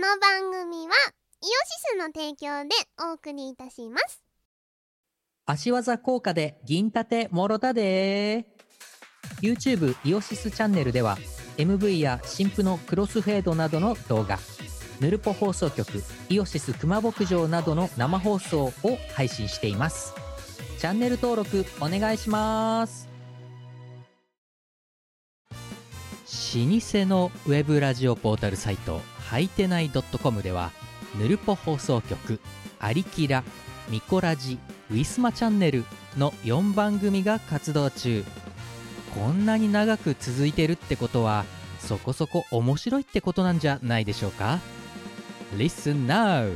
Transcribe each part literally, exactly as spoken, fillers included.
の番組はイオシスの提供でお送りいたします。 足技効果で銀盾もろたで。 YouTube イオシスチャンネルでは エムブイ や新婦のクロスフェードなどの動画、ヌルポ放送局イオシス熊牧場などの生放送を配信しています。チャンネル登録お願いします。老舗のウェブラジオポータルサイトはいてない .com ではヌルポ放送局、アリキラ、ミコラジ、ウィスマチャンネルのよんばん組が活動中。こんなに長く続いてるってことはそこそこ面白いってことなんじゃないでしょうか。 Listen now。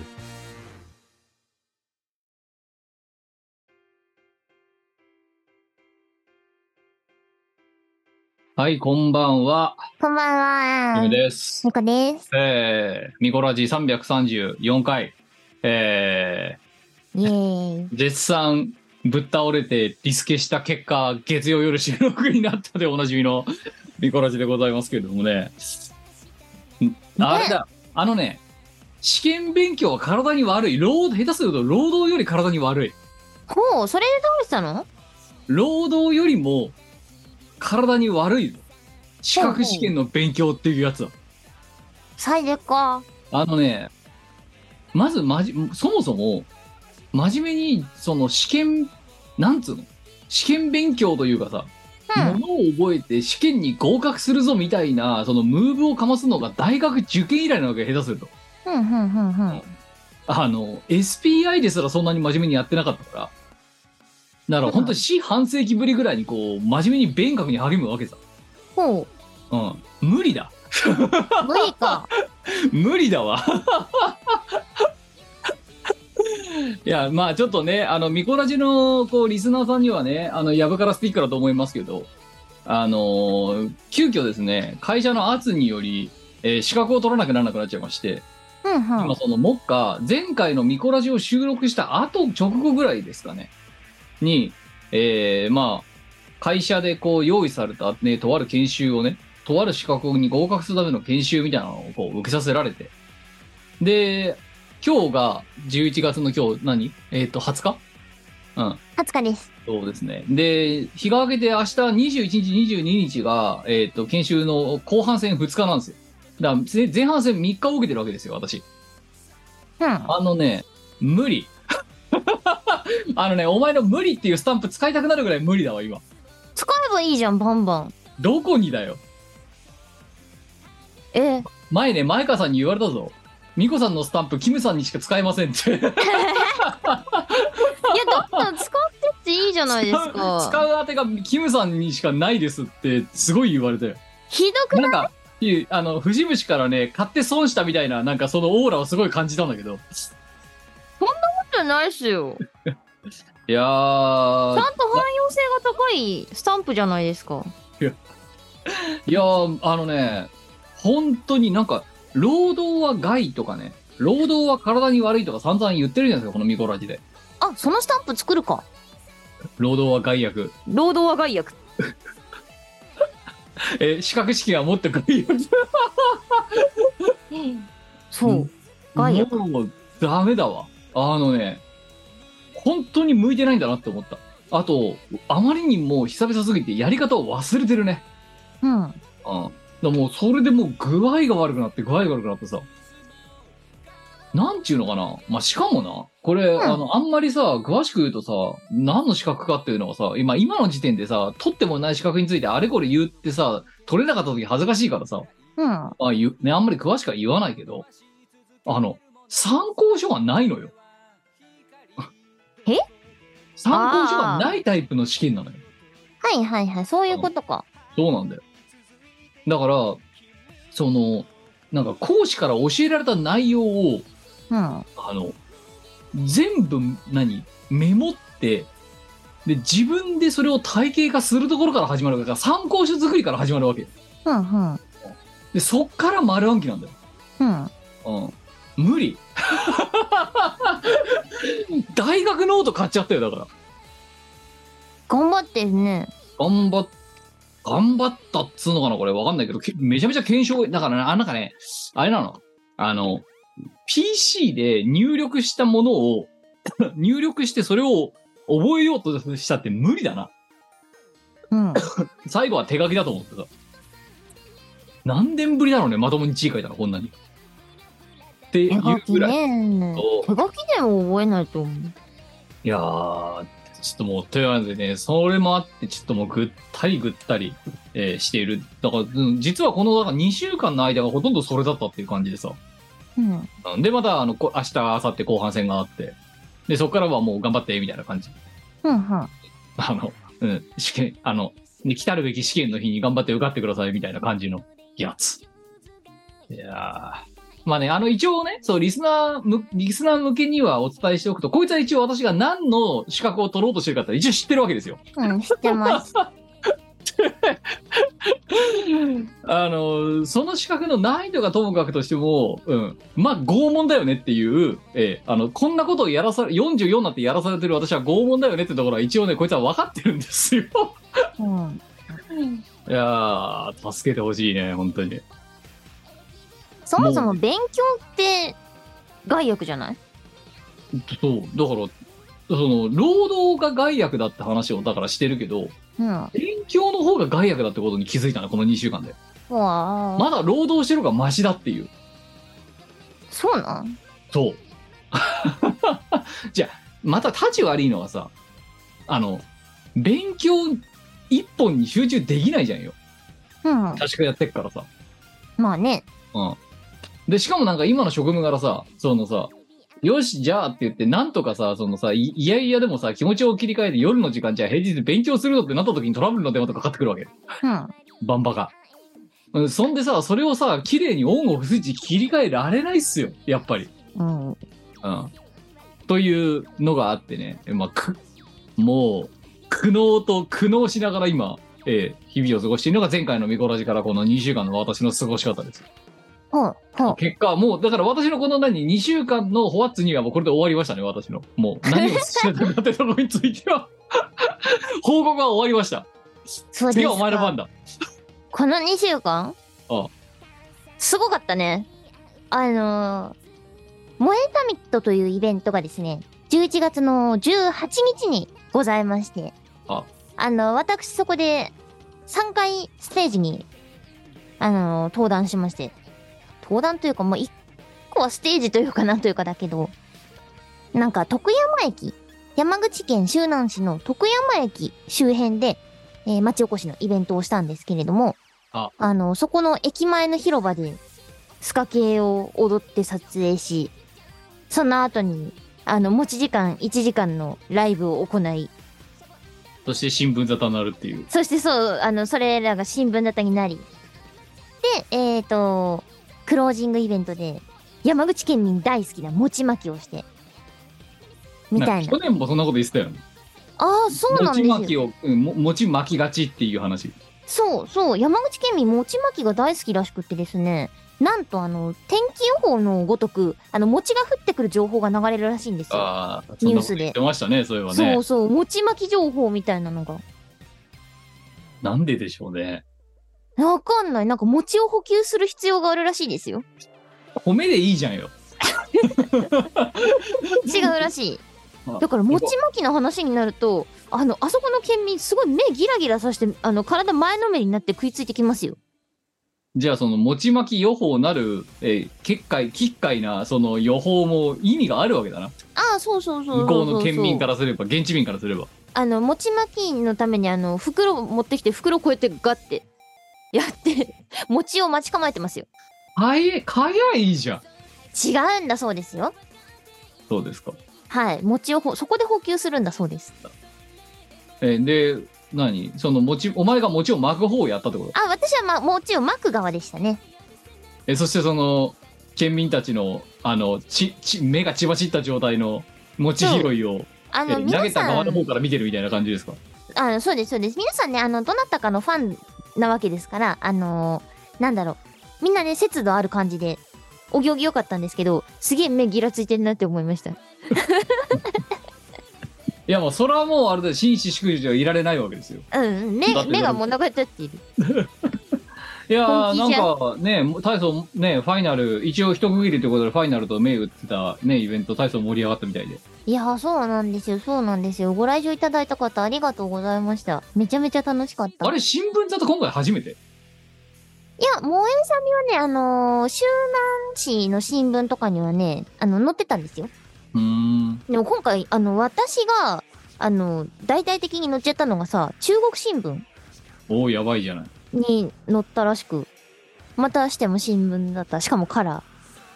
はい、こんばんは。 こんばんは。 キムです。 ミコです。 えー、ミコラジさんびゃくさんじゅうよんかい、えー、イエーイ。 絶賛ぶっ倒れてリスケした結果、月曜夜収録になったでおなじみのミコラジでございますけれどもね。あれだ、あのね、試験勉強は体に悪い。労下手すると労働より体に悪い。 ほう、それでどうしたの？ 労働よりも体に悪い。資格試験の勉強っていうやつは最悪か。 あのね、まずまじそもそも真面目にその試験なんつうの試験勉強というかさ、うん、ものを覚えて試験に合格するぞみたいなそのムーブをかますのが大学受験以来なわけ。下手すると、 うんうんうんうん、 あの エスピーアイ ですらそんなに真面目にやってなかったから、だから本当に四半世紀ぶりぐらいにこう真面目に勉学に励むわけさ。 ほう、うん、無理だ無理か無理だわいや、まあちょっとね、あのミコラジのこうリスナーさんにはね、あのやぶからスティックだと思いますけど、あのー、急遽ですね、会社の圧により、えー、資格を取らなきゃならなくなっちゃいまして、 うんうん、 今その目下前回のミコラジを収録した後直後ぐらいですかねに、えー、まあ会社でこう用意されたね、とある研修をね、とある資格に合格するための研修みたいなのをこう受けさせられて、で今日がじゅういちがつの今日何えっ、ー、とはつか、うん、 はつかです。 そうですね。で日が明けて明日にじゅういちにちにじゅうににちが、えー、と研修の後半戦ふつかなんですよ。だから前半戦みっかを受けてるわけですよ私、 うん、 あのね無理あのねお前の無理っていうスタンプ使いたくなるぐらい無理だわ今。 使えばいいじゃんバンバン。 どこにだよ。 え前ね前川さんに言われたぞ。ミコさんのスタンプキムさんにしか使えませんっていやだったら使ってっていいじゃないですか。 使う当てがキムさんにしかないですってすごい言われたよ。 ひどくない？ なんかあの藤虫からね買って損したみたいな、なんかそのオーラをすごい感じたんだけど。 そんなことないっすよいやーちゃんと汎用性が高いスタンプじゃないですか。 いやいやーあのね本当になんか労働は害とかね、労働は体に悪いとか散々言ってるじゃないですかこのミコラジで。 あ、そのスタンプ作るか。 労働は害悪。 労働は害悪え資格試験は持ってくるよそう害悪。 もうダメだわ。あのね本当に向いてないんだなって思った。あとあまりにも久々すぎてやり方を忘れてるね。 うん、 うん、だもうそれでもう具合が悪くなって具合が悪くなってさ、なんちゅうのかな、まあ、しかもなこれ、うん、あのあんまりさ詳しく言うとさ何の資格かっていうのはさ今今の時点でさ取ってもない資格についてあれこれ言ってさ取れなかった時恥ずかしいからさ、 うん、 あ言ねあんまり詳しくは言わないけど、あの参考書がないのよ。 え参考書がないタイプの試験なのよ。 はいはいはい、そういうことか。 そうなんだよ。だからそのなんか講師から教えられた内容を、 うん、 あの全部何メモってで自分でそれを体系化するところから始まるから、参考書作りから始まるわけよ。 うんうん、 でそっから丸暗記なんだよ。 うん、 うん、無理大学ノート買っちゃったよ。だから頑張ってるね。 頑張っ頑張ったっつうのかなこれわかんないけど、めちゃめちゃ検証だからね。あなんかねあれなのあのピーシー で入力したものを入力してそれを覚えようとしたって無理だな。 うん。 最後は手書きだと思ってさ。何年ぶりなのね、まともに字書いたの、こんなに。っていう手書きぐらい。 ね。手書きでも覚えないと思う。 いやー、ちょっともう、というわけでね、それもあって、ちょっともうぐったりぐったり、えーしている。だから、うん、実はこの、だからにしゅうかんの間がほとんどそれだったっていう感じでさ。 うん。 で、また、あの、こ明日、明後日後半戦があって、で、そこからはもう頑張って、みたいな感じ。 うんうん。 あの、うん、試験、あの、ね来たるべき試験の日に頑張って受かってください、みたいな感じのやつ。いやー。まあね、あの、一応ね、そう、リスナーむ、リスナー向けにはお伝えしておくと、こいつは一応私が何の資格を取ろうとしてるかって一応知ってるわけですよ。 うん、知ってます。 あの、その資格の難易度がともかくとしても、うん、まあ拷問だよねっていう、えーあの、こんなことをやらされ、よんじゅうよんになってやらされてる私は拷問だよねってところは一応ね、こいつは分かってるんですよ。 うん。 いやー、助けてほしいね、本当に。 そもそも勉強って害悪じゃない？ そう、だから、その、労働が害悪だって話をだからしてるけど、 うん。 勉強の方が害悪だってことに気づいたの、このにしゅうかんで。 わあ。 まだ労働してる方がマシだっていう。 そうなん？ そう。じゃあ、また立ち悪いのはさ、あの、勉強一本に集中できないじゃんよ。 うん。 確かやってっからさ。 まあね。 うん。で、しかもなんか今の職務柄さ、そのさ、よし、じゃあって言って、なんとかさ、そのさ、いいやいやでもさ、気持ちを切り替えて夜の時間じゃあ平日勉強するのってなった時にトラブルの電話とかかかってくるわけ。 うん。 バンバが。うん、そんでさ、それをさ、綺麗にオンオフスイッチ切り替えられないっすよ、やっぱり。 うん。 うん。というのがあってね、まあ、く、もう、苦悩と苦悩しながら今、えー日々を過ごしているのが前回のミコラジからこのにしゅうかんの私の過ごし方です。 ほうほう。 結果、もう、だから私のこの何、にしゅうかんのホワッツにはもうこれで終わりましたね、私の。もう、何をしてたかってところについては、報告は終わりました。 そうですか。 次はお前の番だ。 このにしゅうかん？ ああすごかったね。あのー、萌えサミットというイベントがですね、じゅういちがつのじゅうはちにちにございまして、 ああの、私そこでさんかいステージに、あのー、登壇しまして、登壇というか、もういっこはステージというかなんというかだけど、なんか徳山駅、山口県周南市の徳山駅周辺で、えー町おこしのイベントをしたんですけれども、 ああの、そこの駅前の広場で、スカ系を踊って撮影し、その後に、あの、持ち時間いちじかんのライブを行い、 そして新聞沙汰になるっていう。 そしてそう、あの、それらが新聞沙汰になり、で、えーと、クロージングイベントで、山口県民大好きな餅巻きをして、みたいな。 去年もそんなこと言ってたよね。 ああ、そうなんですよ。 餅巻きを、うん、も餅巻きがちっていう話。 そうそう、山口県民餅巻きが大好きらしくってですね、なんとあの、天気予報のごとく、あの、餅が降ってくる情報が流れるらしいんですよ。 ああ、 ニュースで言ってましたね、そういえばね。 そうそう、餅巻き情報みたいなのが。 なんででしょうね。 わかんない。なんか餅を補給する必要があるらしいですよ。 米でいいじゃんよ。 違うらしい。だから餅巻きの話になると、あの、あそこの県民すごい目ギラギラさして、あの、体前のめりになって食いついてきますよ。 じゃあその餅巻き予報なる、えー、結界、奇怪なその予報も意味があるわけだな。 ああ、そうそうそうそうそう。 向こうの県民からすれば、現地民からすれば。 あの、餅巻きのためにあの、袋持ってきて、袋こうやってガッてやって、餅を待ち構えてますよ。 はい、かやいいじゃん。 違うんだそうですよ。 そうですか。 はい。餅をほ、そこで補給するんだそうです。 えーで、何その餅、お前が餅を巻く方をやったってこと？ あ、私はまあ、餅を巻く側でしたね。 え、そしてその、県民たちの、あの、ち、ち、目が血走った状態の餅拾いを、 あの、 え投皆げたさん、 側の方から見てるみたいな感じですか？ あの、そうです、そうです。皆さんね、あの、どなたかのファンなわけですから、あのーなんだろう。みんなね、節度ある感じで、お行儀良かったんですけど、すげえ目ギラついてるなって思いました。 いやもうそれはもうあれで紳士淑女はいられないわけですよ。 うん、目だって目が物語っている。 いやーなん本気じゃんかね大層ねファイナル一応一区切りということでファイナルと銘打ってたねイベント大層盛り上がったみたいで。 いやー、そうなんですよ、そうなんですよ。ご来場いただいた方ありがとうございました。めちゃめちゃ楽しかった。 あれ新聞座と今回初めて？ いや、萌えさみはね、あのー、周南市の新聞とかにはね、あの、載ってたんですよ。 うーん。 でも今回、あの、私が、あの、大々的に載っちゃったのがさ、中国新聞おおやばいじゃない。 に載ったらしく、またしても新聞だった。しかもカラ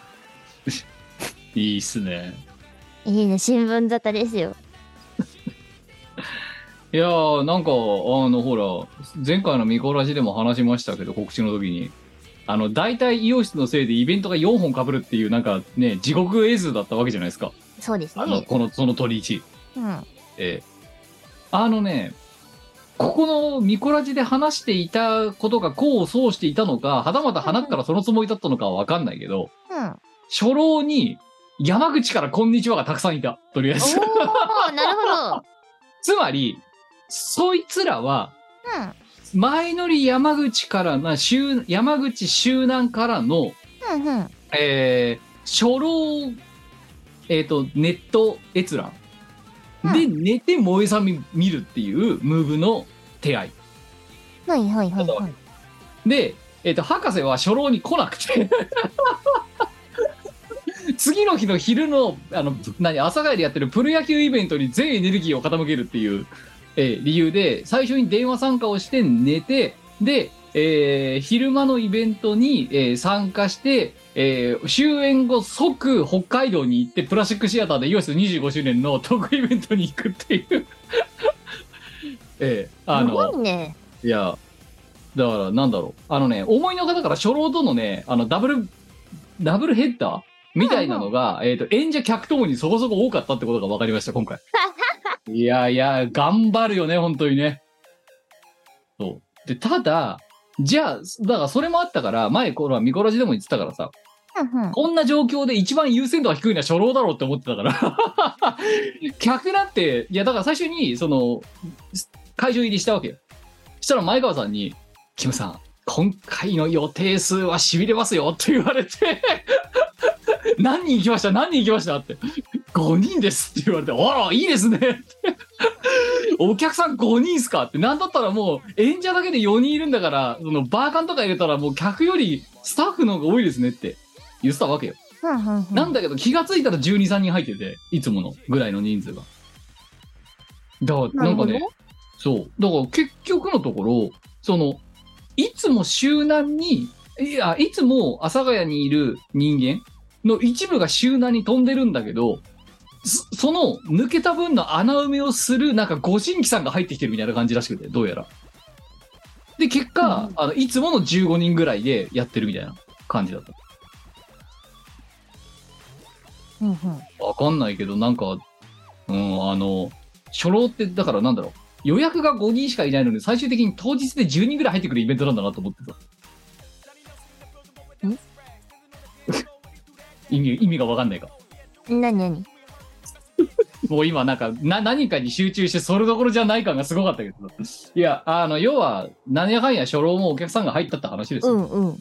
いいっすね。 ー。いいね、新聞沙汰ですよ。 いやーなんかあのほら前回のミコラジでも話しましたけど告知の時にあの大体イオシスのせいでイベントがよんほん被るっていうなんかね地獄絵図だったわけじゃないですか。 そうですあのね。 このその取り一うん。 ええあのねここのミコラジで話していたことが功を奏していたのかはたまた鼻からそのつもりだったのかは分かんないけど、 うん。 初老に山口からこんにちはがたくさんいた。とりあえずおー、なるほど。 つまりそいつらはうん。 前乗り山口からな周山口周南からの、 うんうん。 えー、初老、えー、とネット閲覧で、寝て萌えさみ見るっていうムーブの手合いはいはいはいはい。 で、えー、と博士は初老に来なくて次の日の昼のあの何阿佐ヶ谷でやってるプロ野球イベントに全エネルギーを傾けるっていう、えー理由で最初に電話参加をして寝てで、えー昼間のイベントに、えー参加して、えー終演後即北海道に行ってプラスチックシアターでイオシスにじゅうごしゅうねんのトークイベントに行くっていうえーあすごいのね。 いやだからなんだろうあのね思いの方から初老とのねあのダブルダブルヘッダーみたいなのが、えー、と演者客ともにそこそこ多かったってことが分かりました今回いやいや頑張るよね本当にね。そうでただじゃあだからそれもあったから前これはミコラジでも言ってたからさうんうん。 こんな状況で一番優先度が低いのは初老だろうって思ってたから客だっていやだから最初にその会場入りしたわけよ。そしたら前川さんに「キムさん今回の予定数はしびれますよ」って言われて何人行きました何人行きましたってごにんですって言われてあらいいですねってお客さんごにんっすかってなんだったらもう演者だけでよにんいるんだからそのバーカンとか入れたらもう客よりスタッフの方が多いですねって言ってたわけよ。 うんうんうん。 なんだけど気がついたらじゅうに、さんにん入ってていつものぐらいの人数がだからなんかねそうだから結局のところそのいつも周南にいやいつも阿佐ヶ谷にいる人間の一部が周南に飛んでるんだけどそその抜けた分の穴埋めをするなんかご新規さんが入ってきてるみたいな感じらしくてどうやらで結果、うん、あのいつものじゅうごにんぐらいでやってるみたいな感じだった。 うんうん。 わかんないけどなんかうんあの初老ってだからなんだろう予約がごにんしかいないのに最終的に当日でじゅうにんぐらい入ってくるイベントなんだなと思ってた。 ん意味意味が分かんないか。 なになにもう今なんかな何かに集中してそれどころじゃない感がすごかったけどいやあの要は何やかんや初老もお客さんが入ったって話ですよ。 うんうん。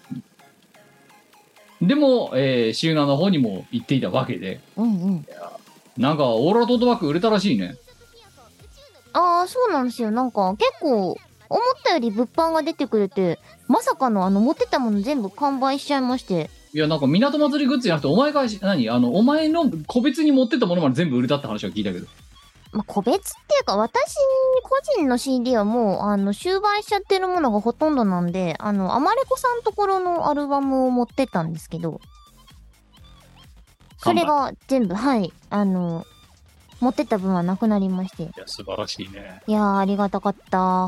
でも、えー、シューナの方にも行っていたわけで、 うんうん。 なんかオーラトートバッグ売れたらしいね。 ああ、そうなんですよ。なんか結構思ったより物販が出てくれて、まさかのあの持ってたもの全部完売しちゃいまして。 いやなんか港祭りグッズじゃなくてお前が何あのお前の個別に持ってたものまで全部売れたって話は聞いたけど。 まあ、個別っていうか私個人の シーディー はもうあの終売しちゃってるものがほとんどなんで、あのアマレコさんところのアルバムを持ってたんですけど、それが全部はいあの持ってった分はなくなりまして。いや素晴らしいね。 いやーありがたかった。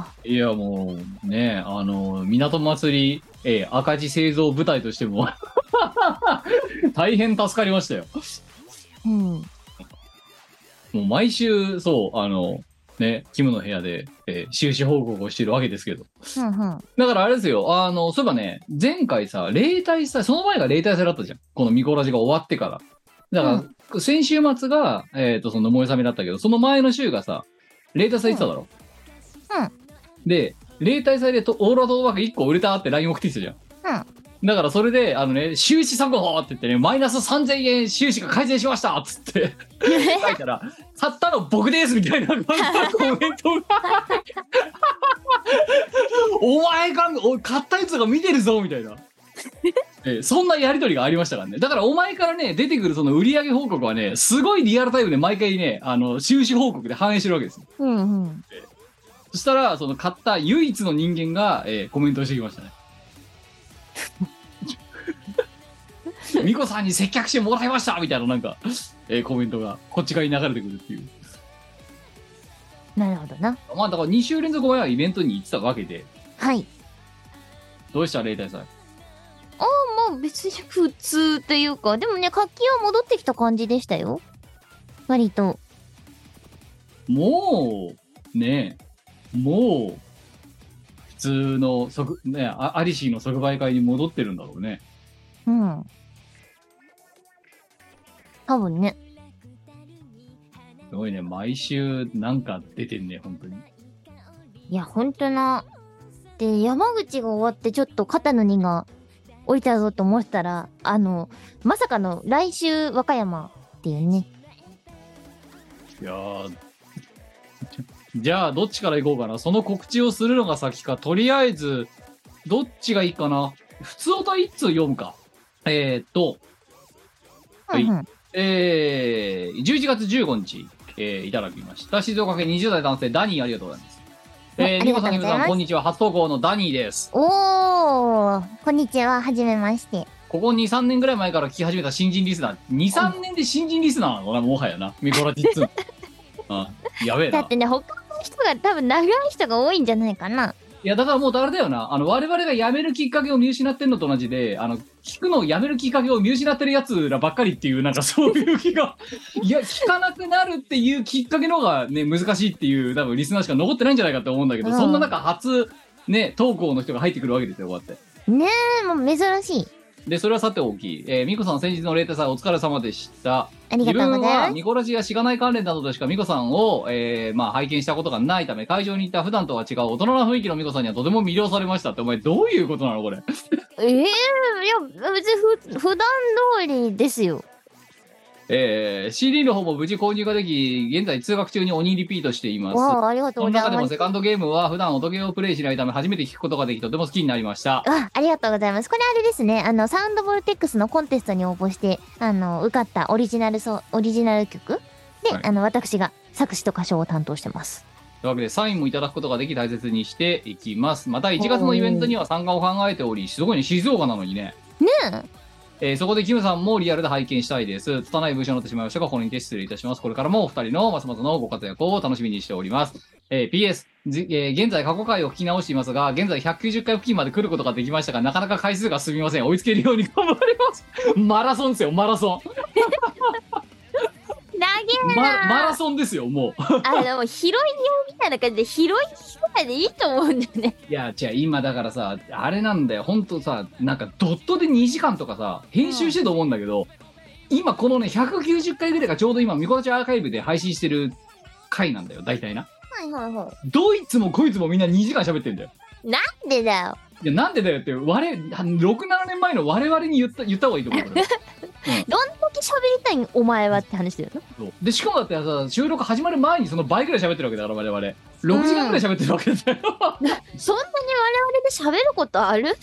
いやもうねあの港祭り、えー、赤字製造部隊としても大変助かりましたよ。 うん。 もう毎週そうあのねキムの部屋で、えー、収支報告をしてるわけですけど、 うんうん、 だからあれですよあのそういえばね前回さ例大祭その前が例大祭だったじゃんこのミコラジが終わってからだから、うん、先週末がえっ、ー、とその萌えさめだったけどその前の週がさ例大祭行ってただろ、 うん、うん、 で例大祭でとオーロラトートバッグいっこ売れたって ライン 送ってきたじゃん。 うんだからそれで、あのね、収支速報って言ってね、マイナスさんぜんえん収支が改善しましたっつって書いたら、買ったの僕ですみたいなコメントがお前がお買ったやつが見てるぞみたいなえそんなやり取りがありましたからね。だからお前からね出てくるその売上報告はね、すごいリアルタイムで毎回ね、あの収支報告で反映してるわけです。 うんうんそしたらその買った唯一の人間が、えーコメントしてきましたね。ミコさんに接客してもらいましたみたいななんか、えーコメントがこっち側に流れてくるっていう。 なるほどな。 まあだからに週連続前はイベントに行ってたわけで、 はい。 どうした例大祭。 ああ、まあ別に普通というか、でもね、活気は戻ってきた感じでしたよ。割と。 もうねもう普通の即ねアリシーの即売会に戻ってるんだろうね。 うん。多分ね。 すごいね、毎週なんか出てんね、本当に。 いや、ほんとな。で、山口が終わってちょっと肩の荷が降りたぞと思ったら、あの、まさかの来週和歌山っていうね。 いやーじゃあどっちから行こうかな。その告知をするのが先か、とりあえずどっちがいいかな。普通歌一通読むか。えー、っとはい、 うんうん、 えー、じゅういちがつじゅうごにち、えー、いただきました。静岡県にじゅう代男性ダニー、ありがとうございます。えー、ニコさん、ニコさん、こんにちは。初投稿のダニーです。 おー、こんにちは。はじめまして。 ここに、さんねんぐらい前から聞き始めた新人リスナー。に、さんねんで新人リスナーなのかな、もはやな。ミコラジッツ。あ、やべえな。 だってね、他の人が多分長い人が多いんじゃないかな。 いや、だからもうあれだよな。あの、我々が辞めるきっかけを見失ってんのと同じで、あの、聞くのをやめるきっかけを見失ってるやつらばっかりっていう、なんかそういう気が、いや、聞かなくなるっていうきっかけの方がね、難しいっていう、多分リスナーしか残ってないんじゃないかと思うんだけど、 うん、 そんな中、初、ね、投稿の人が入ってくるわけですよ、こうやって。 ねえ、もう珍しい。 で、それはさておき、えー、ミコさん先日の例大祭お疲れ様でした。 ありがとうございます。 自分はミコラジやしがない関連などでしかミコさんを、えー、まあ拝見したことがないため、会場に行った普段とは違う大人な雰囲気のミコさんにはとても魅了されましたって。お前どういうことなのこれ。 ええー、いや、別にふ普段通りですよ。 えー、シーディー の方も無事購入ができ、現在通学中に鬼リピートしています。 わあ、ありがとうそのございます。 中でもセカンドゲームは普段音ゲーをプレイしないため初めて聞くことができ、とても好きになりました。 あ、ありがとうございます。これあれですね。あの、サウンドボルテックスのコンテストに応募して、あの、受かったオリジナルソ、オリジナル曲で、 はい、 あの、私が作詞と歌唱を担当してます。 というわけで、サインもいただくことができ大切にしていきます。またいちがつのイベントには参加を考えており、すごいね、静岡なのにね。 ねえ。 えー、そこでキムさんもリアルで拝見したいです。拙い文章になってしまいましたが、これにて失礼いたします。これからもお二人のますますのご活躍を楽しみにしております。えー、ピーエス、えー、現在過去回を聞き直していますが、現在ひゃくきゅうじゅっかい付近まで来ることができましたが、なかなか回数が進みません。追いつけるように頑張ります。マラソンですよ、マラソン。 長えな、 ま、マラソンですよ、もう。 あ、でも広いよみたいな感じで広いぐらいでいいと思うんだよね。 いや、違う、今だからさ、あれなんだよ、ほんとさ、なんかドットでにじかんとかさ、編集してると思うんだけど、うん、今このね、ひゃくきゅうじゅっかいぐらいがちょうど今、ミコラジアーカイブで配信してる回なんだよ、大体な。 はいはいはい。 どいつもこいつもみんなにじかん喋ってんだよ。 なんでだよ。 いや、なんでだよって、我、ろく、ななねんまえの我々に言った、言った方がいいと思う、これ。 うん、どんだけ喋りたいお前はって話だよな。 そうで、しかもだってさ、収録始まる前にその倍ぐらい喋ってるわけだから、我々。ろくじかんぐらい喋ってるわけだよ。 そんなに我々で喋ることある？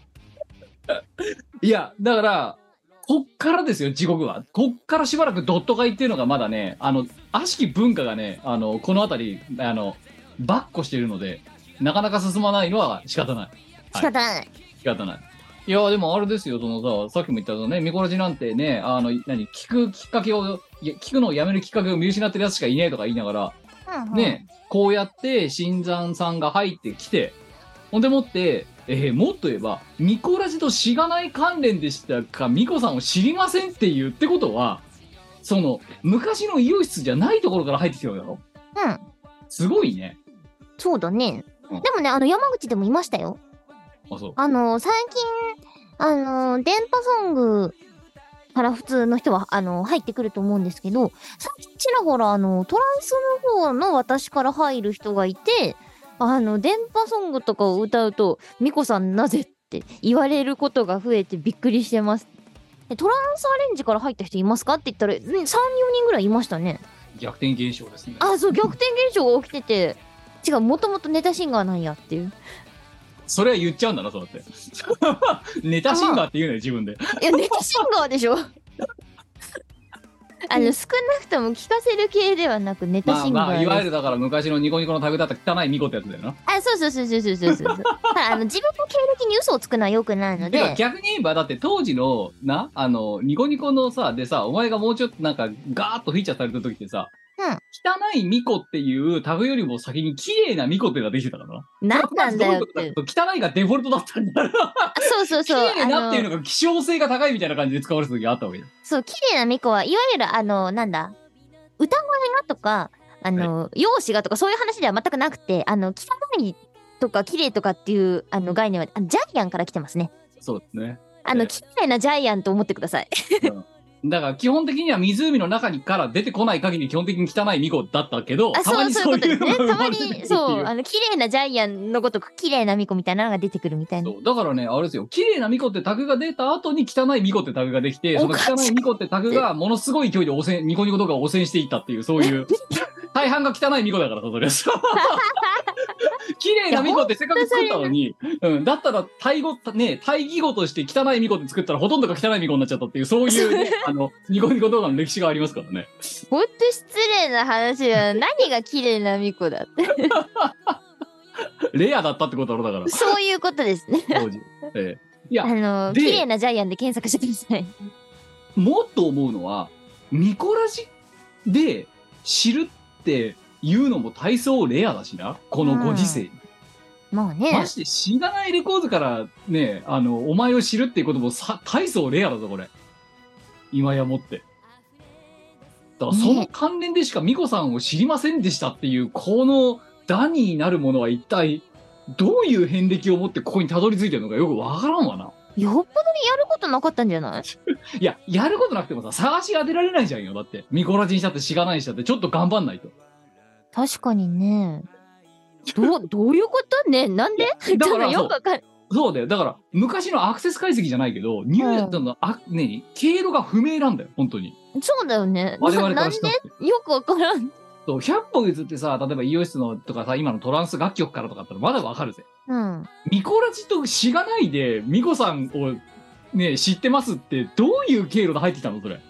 いや、だから、こっからですよ、地獄は。こっからしばらくドット会っていうのがまだね、あの、悪しき文化がね、あの、この辺り、あの、ばっこしているので、なかなか進まないのは仕方ない。 仕方ない。 仕方ない。いや、でもあれですよ、そのさ、さっきも言ったけどね、ミコラジなんてね、あの、何、聞くきっかけを、いや聞くのをやめるきっかけを見失ってるやつしかいねえとか言いながら、 うんうん、 ね、こうやって新山さんが入ってきて、ほんでもって、えー、もっと言えば、ミコラジとしがない関連でしたか、ミコさんを知りませんって言うってことは、その、昔の医容室じゃないところから入ってきてるわけだろ？ うん。 すごいね。 そうだね。 うん、 でもね、あの、山口でもいましたよ。 あ、そう。 あの、最近、あの、電波ソングから普通の人は、あの、入ってくると思うんですけど、さっきちらほら、あの、トランスの方の私から入る人がいて、 あの電波ソングとかを歌うとミコさんなぜって言われることが増えてびっくりしてます。トランスアレンジから入った人いますかって言ったら、ね、さん、よにんぐらいいましたね。 逆転現象ですね。 あ、そう、逆転現象が起きてて、違う、もともとネタシンガーなんやっていう。 それは言っちゃうんだな、そうやってネタシンガーって言うのよ、自分で。 いや、ネタシンガーでしょあの、少なくとも聞かせる系ではなくネタシンガーです。 まあまあ、いわゆるだから昔のニコニコのタグだった汚いミコってやつだよな。 あ、そうそうそうそうそうそうそうただあの自分の経歴に嘘をつくのは良くないのてかで。 逆に言えばだって当時のなあのニコニコのさでさ、お前がもうちょっとなんかガーッとフィーチャーされた時ってさ、 うん、 汚いミコっていうタグよりも先に綺麗なミコっていうのができてたからな。 何なんだよって。 汚いがデフォルトだったんだからそうそうそう。 綺麗なっていうのが希少性が高いみたいな感じで使われてた時があったわけよ。 そう、綺麗なミコはいわゆるあのなんだ歌声がとかあの、はい、容姿がとかそういう話では全くなくて、あの汚いとか綺麗とかっていうあの概念はあのジャイアンから来てますね。 そうですね。 あの、えー、綺麗なジャイアンと思ってください。うんだから基本的には湖の中にから出てこない限り基本的に汚いミコだったけど、たまにそういうのが生まれてくるっていう。 そう、あの綺麗なジャイアンのごとく綺麗なミコみたいなのが出てくるみたいな。 そうだからね、あれですよ、綺麗なミコってタグが出た後に汚いミコってタグができて、その汚いミコってタグがものすごい勢いで汚染、ニコニコ動画を汚染していったっていう、そういう大半が汚いミコだからさ、それは。綺麗なミコってせっかく作ったのに、うん、だったら対語ね、対義語として汚いミコって作ったらほとんどが汚いミコになっちゃったっていう、そういうね、あのニコニコ動画の歴史がありますからね。 ほんと失礼な話だ。何が綺麗なミコだって。 レアだったってことだろ、だから。 そういうことですね。 当時。ええ、いや、 あの綺麗なジャイアンで検索してください。 もっと思うのは、ミコラジで知るっていうのも大層レアだしな、このご時世に。 うん、まあね。 ましてしがないレコードからね、あの、お前を知るっていうこともさ大層レアだぞ、これ。今やもって。だからその関連でしかミコさんを知りませんでしたっていう、このダニーなるものは一体どういう遍歴を持ってここにたどり着いてるのかよくわからんわな。 よっぽどにやることなかったんじゃない？ いや、やることなくてもさ、探し当てられないじゃんよ。だって。ミコラジにしたってしがないにしたってちょっと頑張んないと。 確かにね。どう、どういうことね、なんでだからよくわかる。 そうだよ。だから、昔のアクセス解析じゃないけど、ニュースの、あ、ね、経路が不明なんだよ、本当に。 そうだよね。 我々からしたって。なんでよくわからん。 そう、ひゃっぽ譲ってさ、例えばイオシスのとかさ、今のトランス楽曲からとかだったらまだわかるぜ。 うん。 ミコラジとしがないで、ミコさんをね、知ってますって、どういう経路で入ってきたのそれ。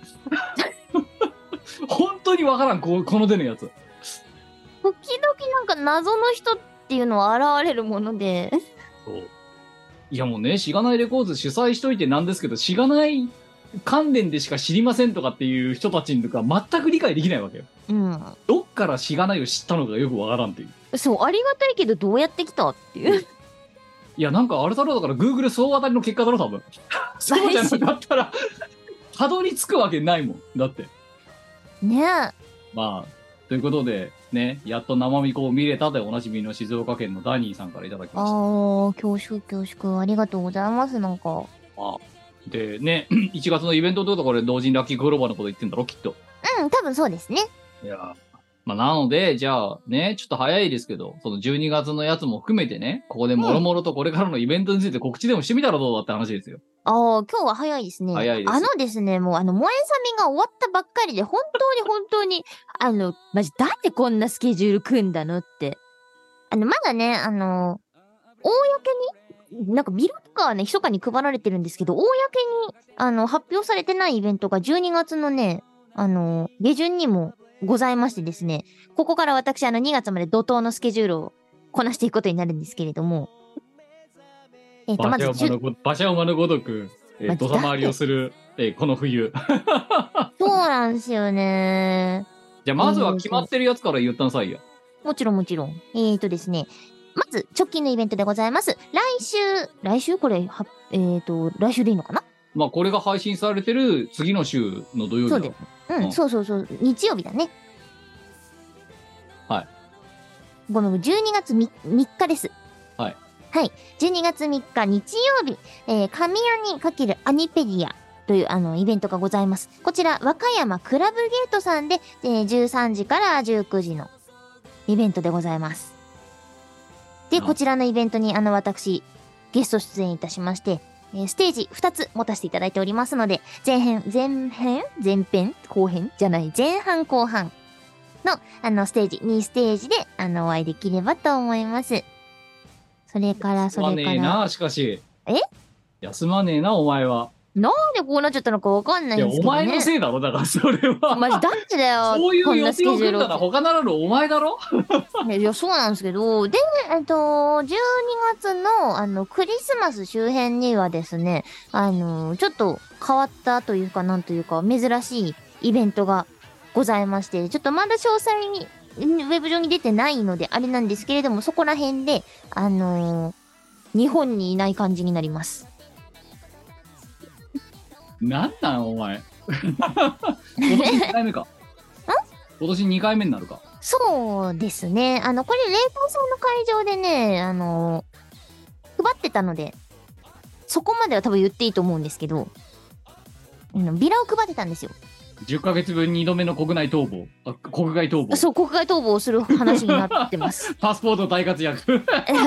本当にわからん、こ、この手のやつ。 時々なんか謎の人っていうのは現れるもので。 そう。いやもうね、しがないレコーズ主催しといてなんですけど、しがない関連でしか知りませんとかっていう人たちにとか全く理解できないわけよ。 うん。 どっからしがないを知ったのかよくわからんっていう。 そう、ありがたいけどどうやってきたっていう。 いや、なんかあれだろうだから Google 総当たりの結果だろ、多分。そうじゃなかったら、たどり着くわけないもん。だって。 ねえ。 まあ、ということで、ね、やっと生ミコを見れたでおなじみの静岡県のダニーさんからいただきました。 ああ、恐縮恐縮。ありがとうございます、なんか。 あで、ね、いちがつのイベントってことはこれ、同人ラッキーグローバーのこと言ってんだろ、きっと。 うん、多分そうですね。 いや、まあ、なので、じゃあ、ね、ちょっと早いですけど、そのじゅうにがつのやつも含めてね、ここでもろもろとこれからのイベントについて告知でもしてみたらどうだって話ですよ。 ああ、今日は早いですね。 早いです。 あのですね、もうあの、萌えさみが終わったばっかりで、本当に本当に、あの、マジ、なんでこんなスケジュール組んだのって。あの、まだね、あの、公に、なんかビルとかはね、密かに配られてるんですけど、公に、あの、発表されてないイベントがじゅうにがつのね、あの、下旬にもございましてですね、ここから私、あの、にがつまで怒涛のスケジュールをこなしていくことになるんですけれども、 えっと、まず、馬車馬のごとく、えー、土佐回りをする、えー、この冬。 そうなんですよね。 じゃあ、まずは決まってるやつから言ったなさいよ。 もちろんもちろん。えーとですね、まず、直近のイベントでございます。来週、来週これ、は、えーと、来週でいいのかな？ まあ、これが配信されてる次の週の土曜日だ。 そうで、うん、うん、そうそうそう、日曜日だね。 はい。 ごめん、じゅうにがつみっかです。 はい。 はい。じゅうにがつみっか日曜日、えー、神アニ×アニペディアというあのイベントがございます。こちら、和歌山クラブゲートさんで、えー、じゅうさんじからじゅうくじのイベントでございます。 で、 うんこちらのイベントに、あの、私、ゲスト出演いたしまして、えーステージふたつ持たせていただいておりますので、前編、前編前編後編じゃない、前半後半の、あの、ステージ、にステージで、あの、お会いできればと思います。それから、そ休まれから。 ねえな、しかし。 え休まねえな、お前は。 なんでこうなっちゃったのかわかんないいや、 んですけどね。 お前のせいだろ、だから、それは。 マジだってだよ。 そういう予こんなスケ定を組んだジュールをら他ならぬお前だろ。 いや、そうなんですけど、で、えっと、じゅうにがつの、あの、クリスマス周辺にはですね、あの、ちょっと変わったというか、なんというか、珍しいイベントがございまして、ちょっとまだ詳細に、ウェブ上に出てないので、あれなんですけれども、そこら辺で、あの日本にいない感じになります。 なんなんお前。今年にかいめか。今年にかいめになるか。 そうですね。あの、これ、レーターさんの会場でね、あの配ってたので、そこまでは多分言っていいと思うんですけど、あのビラを配ってたんですよ。 じゅっかげつぶんにどめの国内逃亡。あ、国外逃亡。 そう、国外逃亡をする話になってます。 パスポート大活躍。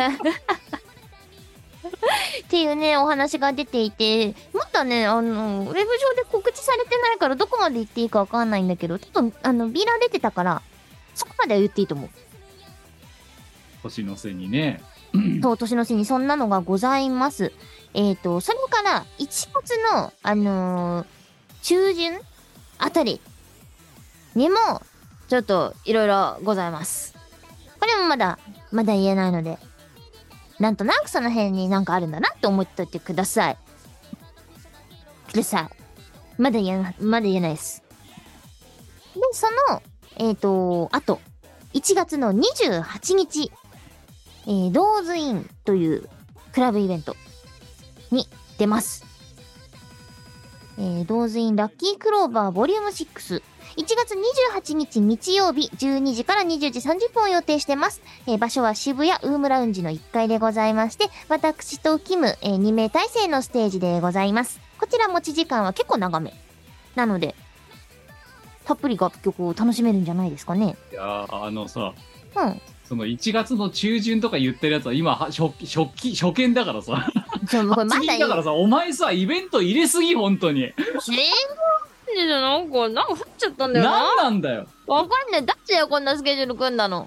っていうね、お話が出ていて、まだね、あの、ウェブ上で告知されてないからどこまで言っていいかわかんないんだけど、多分、あの、ビラ出てたから、そこまでは言っていいと思う。 年の瀬にね。 そう、年の瀬にそんなのがございます。えっと、それからいちがつの、あのー中旬あたりにも、ちょっといろいろございます。これもまだ、まだ言えないので、なんとなくその辺になんかあるんだなって思っといてください。ください。まだ言えない、まだ言えないです。で、その、えっと、あと、いちがつのにじゅうはちにち、えー、ドーズインというクラブイベントに出ます。えー、ドーズインラッキークローバーボリュームシックス。いちがつにじゅうはちにち日曜日じゅうにじからにじゅうじさんじゅっぷんを予定してます。えー、場所は渋谷ウームラウンジのいっかいでございまして、私とキム、えー、にめい体制のステージでございます。こちら持ち時間は結構長め。なので、たっぷり楽曲を楽しめるんじゃないですかね。 いやー、あのさ、 うん。 そのいちがつの中旬とか言ってるやつは今は初期初期初見だからさ。 ちょ、これまだいい。 だからさ、お前さ、イベント入れすぎ、本当に。 えー、なんか、なんか降っちゃったんだよな。 なんなんだよ。 わかんない。だってよ、こんなスケジュール組んだの。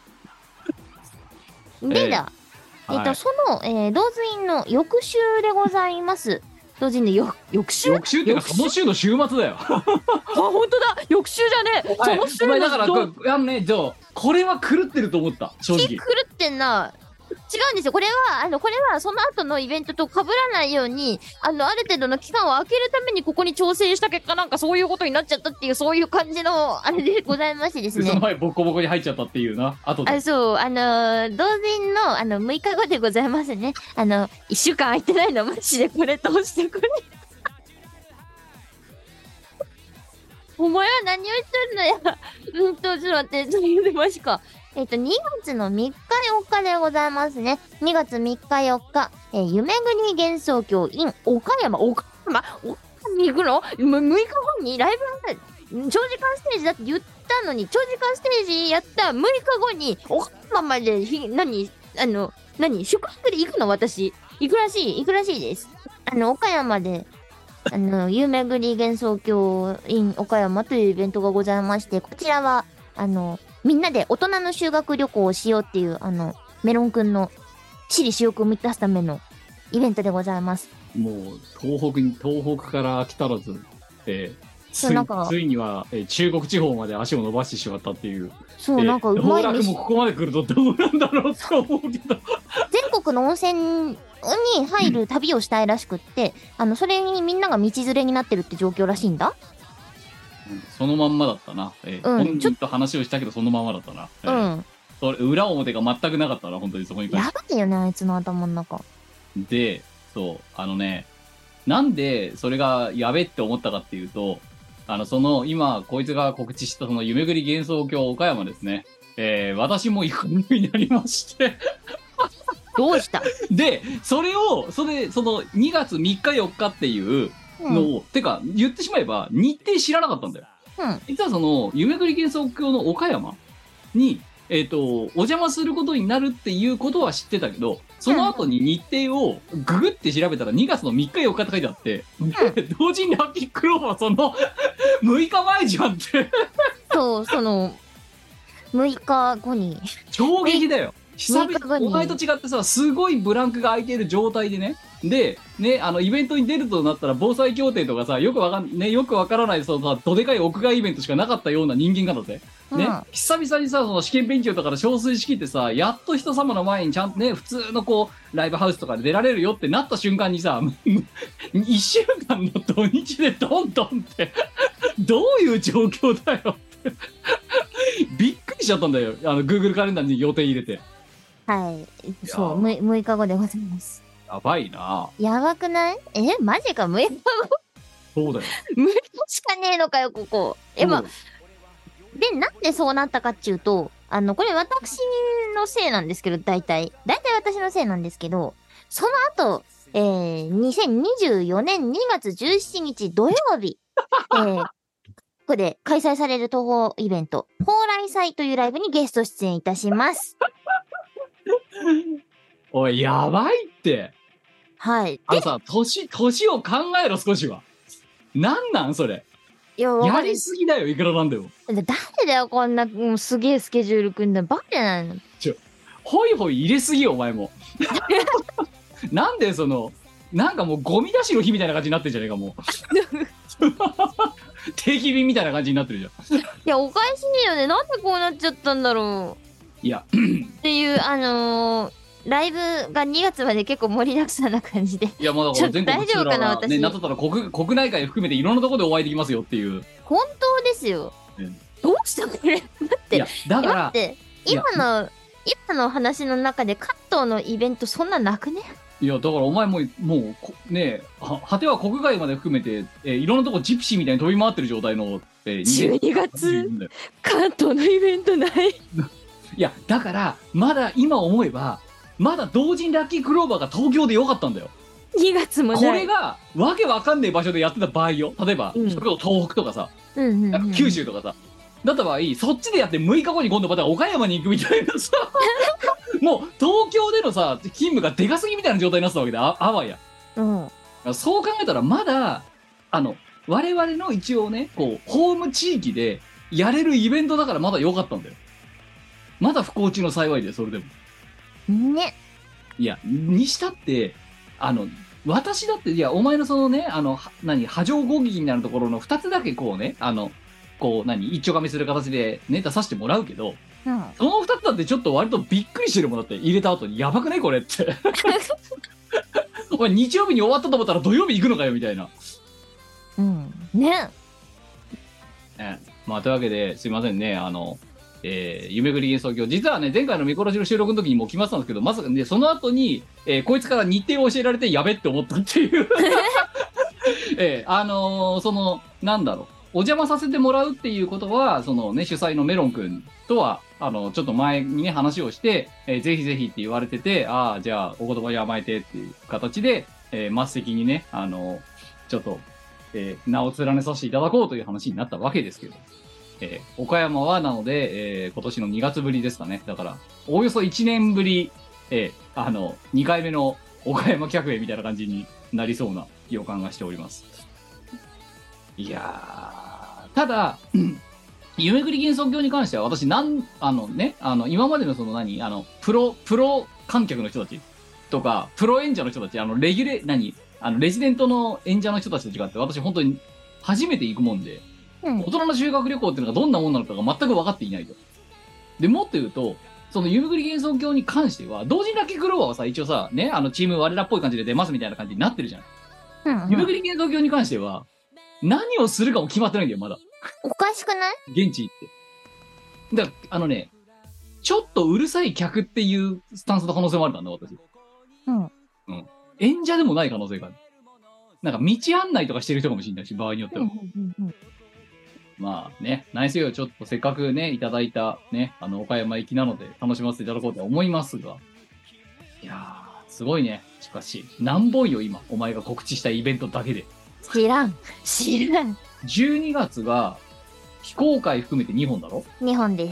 でだ、えっ、 はいと、その、えー、同ズインの翌週でございます。同ズインのよ翌週翌週っていうか、その週の週末だよ。 あ、本当だ翌週じゃねえその週お前だから、 どこれあのね、じゃあこれは狂ってると思った、正直。 気狂ってんな。違うんですよ。これは、あの、これはその後のイベントと被らないように、あの、ある程度の期間を空けるためにここに調整した結果、なんかそういうことになっちゃったっていう、そういう感じの、あれでございましてですね。 でその前、ボッコボコに入っちゃったっていうな、後で。 あ、そう、あのー、同人の、あの、むいかごでございますね。あの、いっしゅうかん空いてないの、マジでこれ通してこれ。お前は何を言ってるのや。うんと、ちょっと待って、ちょっと言ってましか。えっと、にがつのみっかよっかでございますね。にがつみっかよっか、えー、夢国幻想郷 in 岡山、岡山、岡山に行くの？むいかごにライブある。長時間ステージだって言ったのに、長時間ステージやったむいかごに、岡山までひ、何、あの、何、宿泊で行くの私。行くらしい、行くらしいです。あの、岡山で、あの、夢国幻想郷 in 岡山というイベントがございまして、こちらは、あの、みんなで大人の修学旅行をしようっていう、あの、メロンくんの私利私欲を満たすためのイベントでございます。 もう、東北に、東北から来たらず、えーついそうなんかついには、えー中国地方まで足を伸ばしてしまったっていう。 そう、なんかうまい飯道楽もここまで来るとどうなんだろうと思うけど。 全国の温泉に入る旅をしたいらしくって、あの、それにみんなが道連れになってるって状況らしいんだ。 そのまんまだったな。えーうん本人と話をしたけどそのまんまだったな。えうーん。 それ裏表が全くなかったな、本当にそこに関しやばいよね、あいつの頭の中。 て。で、そう、あのね、なんでそれがやべって思ったかっていうと、あの、その、今、こいつが告知したその夢ぐり幻想郷岡山ですね。えー、私も行くことになりまして。 どうしたで、それを、それ、そのにがつみっかよっかっていううん。 のを、てか、言ってしまえば、日程知らなかったんだよ。 うん。 実はその、夢ぐり幻想郷の岡山に、 えっ、とお邪魔することになるっていうことは知ってたけど、その後に日程をググって調べたらにがつのみっかよっかって書いてあって、で同時にラッキークローバーそのむいかまえじゃんってそう、その、むいかごに。 衝撃だよ。久むいかごに 々お前と違ってさ、すごいブランクが空いている状態でね、でね、あのイベントに出るとなったら防災協定とかさ、よくわかんねよくわからないそのさどでかい屋外イベントしかなかったような人間がだぜ。ね、 うん久々にさその試験勉強とかで憔悴しきってさ、やっと人様の前にちゃんとね普通のこうライブハウスとかで出られるよってなった瞬間にさいっしゅうかんの土日でドンドンってどういう状況だよってびっくりしちゃったんだよ、あの Google カレンダーに予定入れて。 はい。そう、 やむむいかごでございます。 やばいな。 やばくない？え、マジか、むいかごそうだよ。 むいかごしかねえのかよ、ここ。え、まあ、で、なんでそうなったかっちゅうと、あの、これ私のせいなんですけど、大体。大体私のせいなんですけど、その後、えー、にせんにじゅうよねんにがつじゅうしちにち土曜日、えー、ここで開催される東宝イベント、蓬莱祭というライブにゲスト出演いたします。 おい、やばいって。 はい。 あのさ、年、年を考えろ、少しは。なんなんそれ。 いや、わやかりりすぎだよ、いくらなんでも。 誰だよ、こんな、もうすげえスケジュール組んだ。バカじゃないの。 ホイホイ入れすぎよ、お前も。なんで、その、なんかもうゴミ出しの日みたいな感じになってんじゃねえか、もう。定期便みたいな感じになってるじゃん。 いや、おかしいよね。なんでこうなっちゃったんだろいや、 う。っていう、あのー、ライブがにがつまで結構盛りだくさんな感じで。 いや、まあだから全国ちょっと大丈夫かな私ね、なんだったら国、国内外含めていろんなところでお会いできますよっていう。 本当ですよ。 うんどうしたこれ。ていや、だから、 待って、今の、今の話の中で関東のイベントそんななくね？ いや、だからお前もう、もうこ、ねは、果ては国外まで含めて、えーいろんなとこジプシーみたいに飛び回ってる状態の、えー、 じゅうにがつ関東のイベントない。 いや、だから、まだ今思えば、まだ同人ラッキークローバーが東京でよかったんだよ。 にがつもない。 これが、わけわかんねえ場所でやってた場合よ。例えば、 うんそれこそ東北とかさ、 うんうんうん、 なんか九州とかさ、だった場合、そっちでやってむいかごに今度また岡山に行くみたいなさ、もう東京でのさ、勤務がでかすぎみたいな状態になってたわけで、ああわや。 うん。 そう考えたら、まだ、あの、我々の一応ね、こう、ホーム地域でやれるイベントだからまだ良かったんだよ。まだ不幸中の幸いで、それでも。 ね。 いや、にしたって、あの、私だって、いや、お前のそのね、あの、は何、波状合議になるところのふたつだけこうね、あの、こう、何、一丁噛みする形でね、出させてもらうけど、 うん。 そのふたつだってちょっと割とびっくりしてるもんだって、入れた後に、やばくねこれって。お前、日曜日に終わったと思ったら土曜日行くのかよ、みたいな。 うん。ね。 ね、まあ、というわけで、すいませんね、あの、えー、夢ぐり幻想郷、実はね、前回のミコラジの収録の時にもう決まってたんですけど、まさかね、その後に、えーこいつから日程を教えられて、やべって思ったっていう。えー、あのーその、なんだろう、お邪魔させてもらうっていうことは、そのね、主催のメロン君とは、あの、ちょっと前にね、話をして、えーぜひぜひって言われてて、ああ、じゃあ、お言葉に甘えてっていう形で、えー末席にね、あのちょっと、えー名を連ねさせていただこうという話になったわけですけど、えー岡山はなので、えー今年のにがつぶりですかね。だから、おおよそいちねんぶり、えーあの、にかいめの岡山客演みたいな感じになりそうな予感がしております。いやー、ただ、うん夢ぐり幻想郷に関しては、私、なん、あのね、あの、今までのその何、あの、プロ、プロ観客の人たちとか、プロ演者の人たち、あの、レギュレ、何、あの、レジデントの演者の人たちと違って、私、本当に初めて行くもんで、 うん大人の修学旅行っていうのがどんなもんなのかが全く分かっていないと。で、もっと言うと、その夢ぐり幻想郷に関しては、同時ラッキークローバーはさ、一応さ、ね、あのチーム我らっぽい感じで出ますみたいな感じになってるじゃん。 うん、うん。 夢ぐり幻想郷に関しては、何をするかも決まってないんだよ、まだ。 おかしくない？ 現地行って。だから、あのね、ちょっとうるさい客っていうスタンスの可能性もあるんだね、私。 うん。 うん。演者でもない可能性がある。なんか道案内とかしてる人かもしれないし、場合によっては。 うんうんうん。 まあね、何せよちょっとせっかくね、いただいたね、あの、岡山行きなので楽しませていただこうと思いますが。いやー、すごいね。しかし、何本よ、今、お前が告知したイベントだけで。 知らん。知らん。 じゅうにがつが、非公開含めてにほんだろ？ にほんです。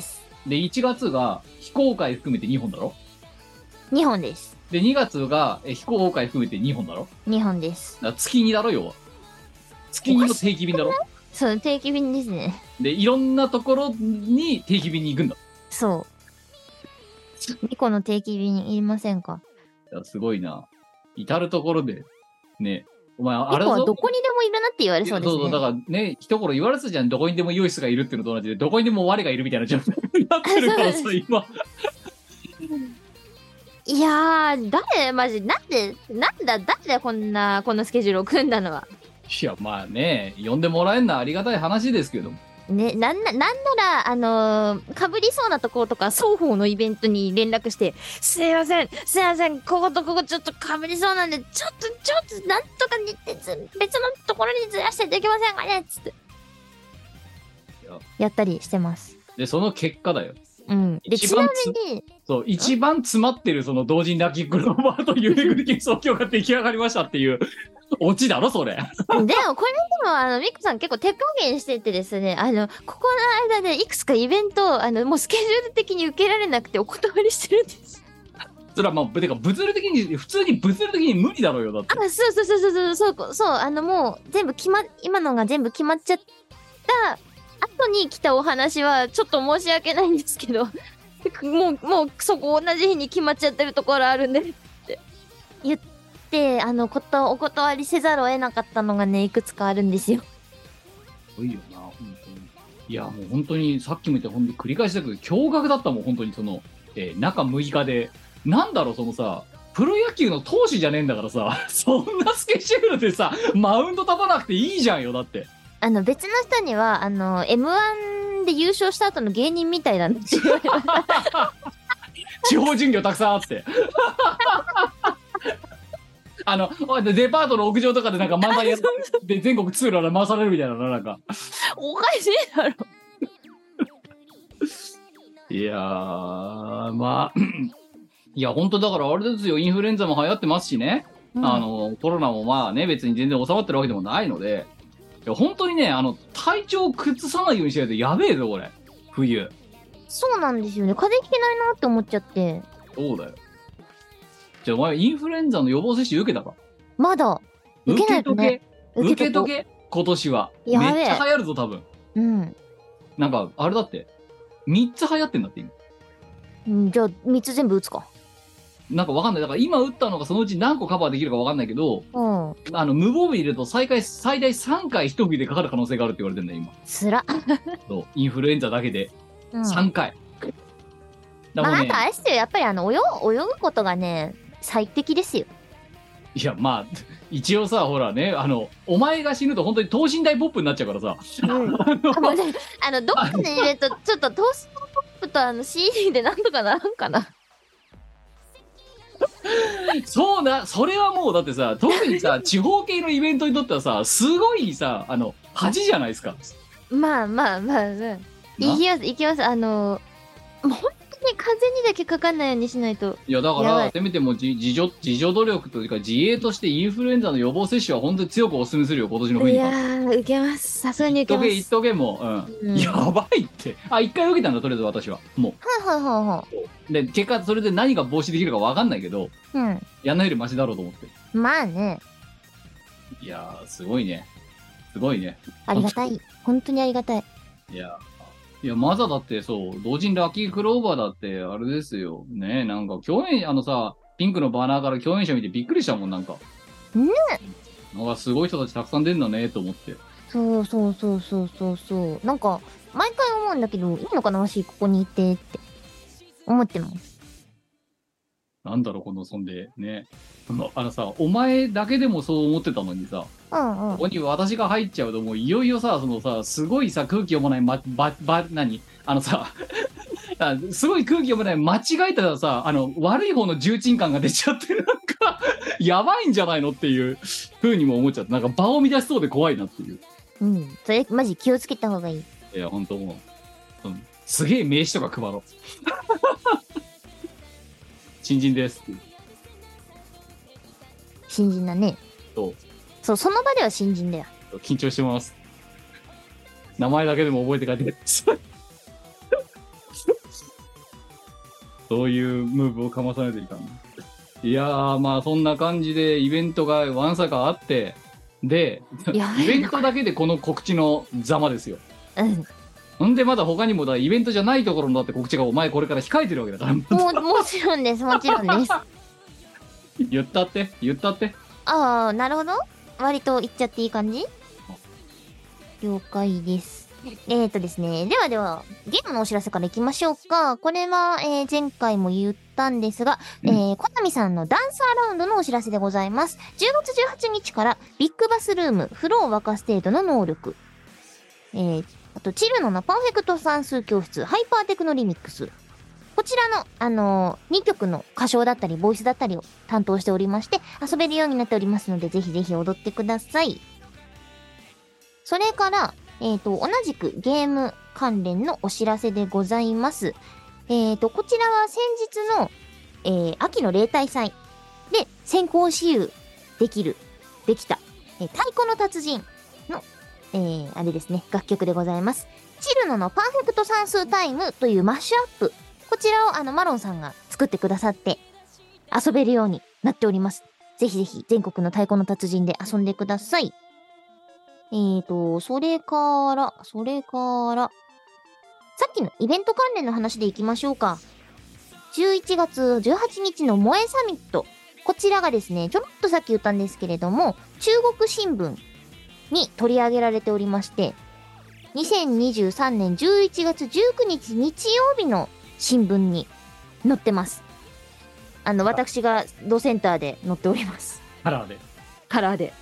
で、いちがつが非公開含めてにほんだろ。 にほんです。 で、にがつがえ非公開含めてにほんだろ。 にほんです。 だから月にだろ、要は。月にの定期便だろ。 そう、定期便ですね。 で、いろんなところに定期便に行くんだ。 そう。にこの定期便いりませんか？ いやすごいな。至るところで、ね。お前、あにこはれだぞ。 どこにでもいるなって言われそうですね。 そうそう、だからね、一頃言われてたじゃん。どこにでもユイスがいるっていうのと同じで、どこにでも我がいるみたいな状態になってるからさ、今。 いやー、誰マジ、なんで、なんだ、誰だこんな、このスケジュールを組んだのは。 いや、まあね、呼んでもらえるのはありがたい話ですけども。 ね、なんな、なんなら、あのー、かぶりそうなところとか、双方のイベントに連絡して、すいません、すいません、こことここちょっとかぶりそうなんで、ちょっと、ちょっと、なんとか日程ず、別のところにずらしてできませんかねつって。やったりしてます。 で、その結果だよ。 うん。で、ちなみに、 そう、一番詰まってるその同人ラッキークローバーというめぐり系即興が出来上がりましたっていうオチだろ、それ。 でも、これでも、あの、ミクさん結構手加減しててですね、あの、ここの間でいくつかイベント、あの、もうスケジュール的に受けられなくてお断りしてるんです。 それはまあ、てか物理的に、普通に物理的に無理だろうよ、だって。 あ、そうそうそうそうそう、そう、そう、あの、もう、全部決ま、今のが全部決まっちゃった後に来たお話は、ちょっと申し訳ないんですけど、もう、もう、そこ同じ日に決まっちゃってるところあるんで、って言って、あの、こと、お断りせざるを得なかったのがね、いくつかあるんですよ。 すごいよな、本当に。いや、もう本当に、さっきも言った本当に繰り返しだけど、驚愕だったもん、本当にその、えー、中むいかで、なんだろう、そのさ、プロ野球の投手じゃねえんだからさ、そんなスケジュールでさ、マウンド立たなくていいじゃんよ、だって。 あの、別の人には、あの、エムワン で優勝した後の芸人みたいなんですよ。 地方巡業たくさんあって。あの、デパートの屋上とかでなんか漫才やって全国通路で回されるみたいなの、なんか。 おかしいだろ。 いやー、まあ、いや、本当だからあれですよ、インフルエンザも流行ってますしね。うん、あの、コロナもまあね、別に全然収まってるわけでもないので、いや本当にね、あの、体調を崩さないようにしないとやべえぞ、これ。冬。 そうなんですよね。風邪ひけないなって思っちゃって。 そうだよ。じゃあお前インフルエンザの予防接種受けたか？ まだ。受けないとね。 受けとけ。受けとけ。今年は。めっちゃ流行るぞ、多分。 うん。 なんか、あれだって。みっつ流行ってんだって今。 うん、じゃあみっつ全部打つか。 なんかわかんない。だから今打ったのがそのうち何個カバーできるかわかんないけど、うん、あの、無防備入れると最大、最大さんかい一振りでかかる可能性があるって言われてんだよ、今。 つら。 そう。インフルエンザだけで。さんかい。 うん、まあ、あとあれっすよ。やっぱりあの、泳ぐ、泳ぐことがね、最適ですよ。 いや、まあ、一応さ、ほらね、あの、お前が死ぬと本当に等身大ポップになっちゃうからさ。うん、あの、 あのどっかで入れると、ちょっと等身大ポップとあの シーディー でなんとかならんかな。 そうな、それはもうだってさ、特にさ、地方系のイベントにとってはさ、すごいさ、あの、恥じゃないですか。 まあまあまあ、まあ、いきます、いきます。あの、もう本当に風にだけかかんないようにしないと。 いや、だから、せめても自助、自助努力というか、自衛としてインフルエンザの予防接種は本当に強くお勧めするよ、今年の冬に。 いやー、受けます。さすがに受けます。 言っとけ、言っとけ、もう。うん。うん、やばいって。あ、一回受けたんだ、とりあえず私は。もう。はいはいはいはい。 で、結果、それで何が防止できるか分かんないけど、 うん。 やんないよりマシだろうと思って。 まあね。 いやー、すごいね。すごいね。 ありがたい。本当にありがたい。 いや、いや、まだだってそう、同人ラッキークローバーだって、あれですよ。ねえ、なんか共演、あのさ、ピンクのバナーから共演者見てびっくりしたもん、なんか。 ねえ。なんかすごい人たちたくさん出んだね、と思って。 そうそうそうそうそうそう。なんか、毎回思うんだけど、いいのかな、わし、ここにいてって。思ってます。 なんだろう、この、そんで、ね。あのさ、お前だけでもそう思ってたのにさ、 うんうん、 ここに私が入っちゃうと、もういよいよさ、そのさ、すごいさ、空気読まない、ま、ば、ば、何あのさ、すごい空気読まない、間違えたらさ、あの、悪い方の重鎮感が出ちゃって、なんか、やばいんじゃないのっていう風にも思っちゃって、なんか場を乱しそうで怖いなっていう。 うん。それ、マジ気をつけた方がいい。 いや、ほんともう、うん、すげえ名刺とか配ろう。新人ですっていう。 新人だね。 そう。 そう、その場では新人だよ。 緊張してます。名前だけでも覚えて帰ってください。 そういうムーブをかまさないといかん。いやー、まあそんな感じでイベントがわんさかあって、で、 いやイベントだけでこの告知のざまですよ。 うんほんでまだ他にもだイベントじゃないところのだって告知がお前これから控えてるわけだから。 もうもちろんですもちろんです。 言ったって言ったって。 ああ、なるほど。割と言っちゃっていい感じ？了解です。えーとですね。ではでは、ゲームのお知らせからいきましょうか。これは、えー前回も言ったんですが、 うんえー、コナミさんのダンスアラウンドのお知らせでございます。じゅうがつじゅうはちにちからビッグバスルーム、フローを沸かす程度の能力。えー、あと、チルノのパーフェクト算数教室、ハイパーテクノリミックス。こちらの、あのー、にきょくの歌唱だったり、ボイスだったりを担当しておりまして、遊べるようになっておりますので、ぜひぜひ踊ってください。それから、えっと、同じくゲーム関連のお知らせでございます。えっと、こちらは先日の、えー、秋の例大祭で先行私有できる、できた、えー、太鼓の達人の、えー、あれですね、楽曲でございます。チルノのパーフェクト算数タイムというマッシュアップ。こちらをあのマロンさんが作ってくださって遊べるようになっております。ぜひぜひ全国の太鼓の達人で遊んでください。えーと、それから、それから、さっきのイベント関連の話でいきましょうか。じゅういちがつじゅうはちにちの萌えサミット。こちらがですね、ちょろっとさっき言ったんですけれども、中国新聞に取り上げられておりまして、にせんにじゅうさんねんじゅういちがつじゅうくにち日曜日の新聞に載ってます。あの、私がドセンターで載っております。 カラーで。 カラーで。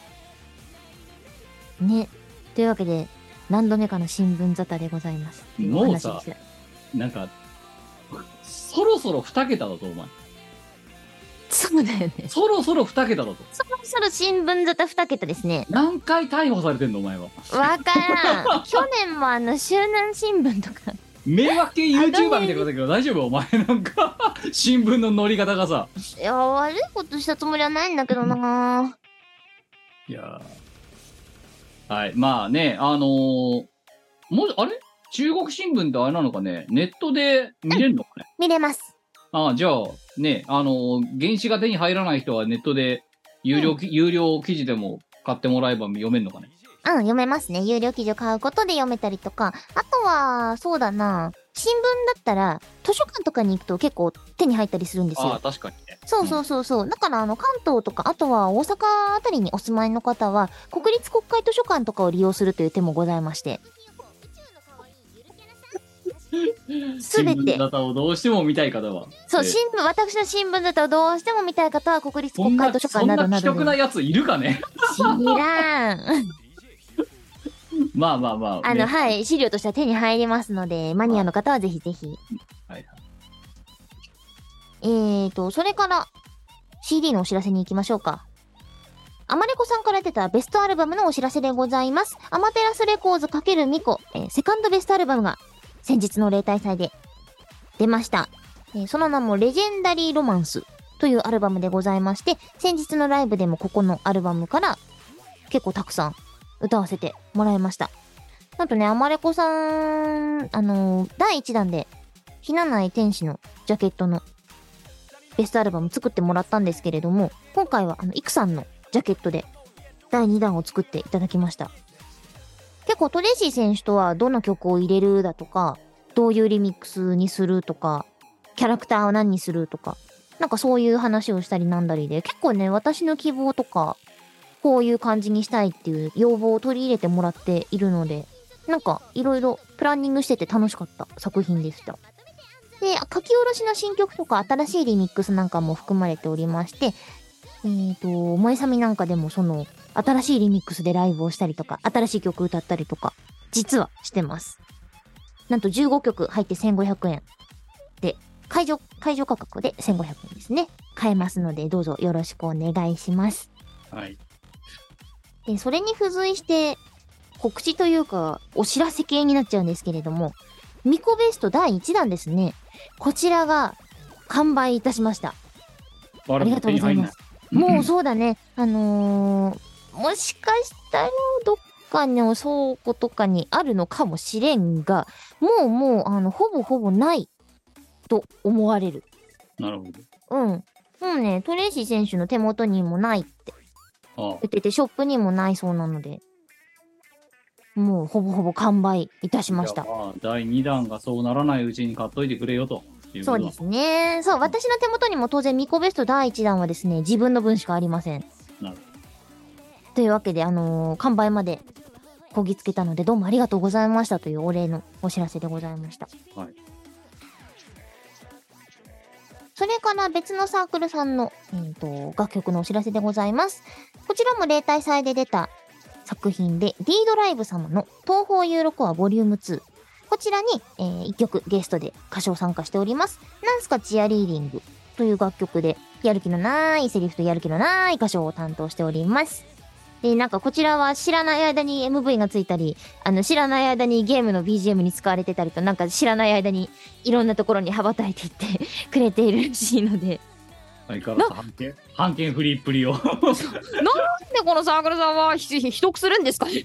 ね。というわけで、何度目かの新聞沙汰でございます。 もうさ、なんか、そろそろにけただぞ、お前。 そうだよね。 そろそろにけただぞ。 そろそろ新聞沙汰にけたですね。 何回逮捕されてんの、お前は。 わからん。去年もあの、周南新聞とか。 迷惑系 YouTuber 見てくださいけど大丈夫お前なんか新聞の乗り方がさ。 いや、悪いことしたつもりはないんだけどな。 いやー、はい、まあね、あのー、もう、あれ中国新聞ってあれなのかね、ネットで見れるのかね、 うん、見れます。 ああ、じゃあ、ね、あのー、原紙が手に入らない人はネットで有料、うん、有料記事でも買ってもらえば読めるのかね。 うん、読めますね。有料記事を買うことで読めたりとか、あとは、そうだな、新聞だったら、図書館とかに行くと結構手に入ったりするんですよ。 ああ、確かにね。 そうそうそうそう。うん、だから、あの、関東とか、あとは大阪あたりにお住まいの方は、国立国会図書館とかを利用するという手もございまして。すべて。 新聞沙汰をどうしても見たい方は。 そう、新聞、私の新聞沙汰をどうしても見たい方は、国立国会図書館などなどで。 そんな奇特なやついるかね知らん。 まあまあまあ、ね。 あの、はい、資料としては手に入りますので、マニアの方はぜひぜひ。 はいはい。 えーと、それから、シーディー のお知らせに行きましょうか。アマレコさんから出たベストアルバムのお知らせでございます。アマテラスレコーズ×ミコ、えー、セカンドベストアルバムが先日の例大祭で出ました。えー、その名もレジェンダリーロマンスというアルバムでございまして、先日のライブでもここのアルバムから結構たくさん歌わせてもらいました。あとね、アマレコさん、あのー、だいいちだんで、ひなない天使のジャケットのベストアルバム作ってもらったんですけれども、今回はあの、イクさんのジャケットでだいにだんを作っていただきました。結構トレイシー選手とはどの曲を入れるだとか、どういうリミックスにするとか、キャラクターを何にするとか、なんかそういう話をしたりなんだりで、結構ね、私の希望とか、こういう感じにしたいっていう要望を取り入れてもらっているので、なんかいろいろプランニングしてて楽しかった作品でした。で、書き下ろしの新曲とか新しいリミックスなんかも含まれておりまして、えーと、萌えさみなんかでもその新しいリミックスでライブをしたりとか、新しい曲歌ったりとか、実はしてます。なんとじゅうごきょく入ってせんごひゃくえんで、会場、会場価格でせんごひゃくえんですね。買えますので、どうぞよろしくお願いします。 はい。 で、それに付随して、告知というか、お知らせ系になっちゃうんですけれども、ミコベストだいいちだんですね。こちらが完売いたしました。ありがとうございます。もうそうだね。あのー、もしかしたらどっかの倉庫とかにあるのかもしれんが、もうもう、あの、ほぼほぼないと思われる。 なるほど。 うん。もうね、トレイシー選手の手元にもないってああ言ってて、ショップにもないそうなので、もうほぼほぼ完売いたしました。 じゃあまあだいにだんがそうならないうちに買っといてくれよということだ。 そうですね。そう、私の手元にも当然ミコベストだいいちだんはですね、自分の分しかありません。 なるというわけで、あのー完売までこぎつけたので、どうもありがとうございましたというお礼のお知らせでございました。 はい。 それから別のサークルさんの、えーと、楽曲のお知らせでございます。こちらも例大祭で出た作品で、D ドライブ様の東方ユーロコアボリュームツー。こちらに、えー、いっきょくゲストで歌唱参加しております。なんすかチアリーディングという楽曲で、やる気のないセリフとやる気のない歌唱を担当しております。で、なんかこちらは知らない間に エムブイ がついたり、あの知らない間にゲームの ビージーエム に使われてたりと、なんか知らない間にいろんなところに羽ばたいていってくれているらしいので。 相変わらず半券半券フリーっぷりを。 なんでこのサークルさんはひ秘匿するんですかね。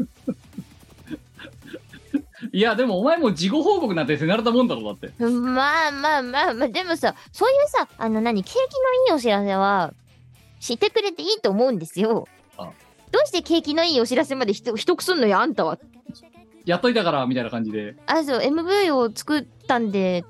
いやでもお前も事後報告なんて手慣れたもんだろだって。 まあまあまあまあ、でもさ、そういうさ、あの何、景気のいいお知らせは知ってくれていいと思うんですよ。 あどうして景気のいいお知らせまでひと秘匿すんのよ、あんたは。 やっといたからみたいな感じで。 あ、そう、エムブイ を作ったんで。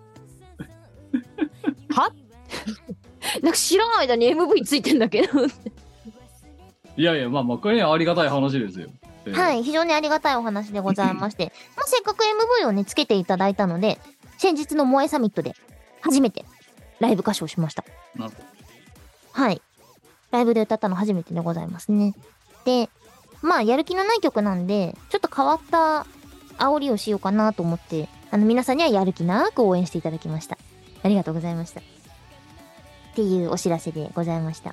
はなんか知らん間に エムブイ ついてんだけど。 いやいや、まあまあこれねありがたい話ですよ。えー、 はい、非常にありがたいお話でございまして、まあ、せっかく エムブイ をね、つけていただいたので、先日の萌えサミットで初めてライブ歌唱しました。 なるほど。 はい。ライブで歌ったの初めてでございますね。で、まあ、やる気のない曲なんで、ちょっと変わった煽りをしようかなと思って、あの、皆さんにはやる気なく応援していただきました。ありがとうございました。っていうお知らせでございました。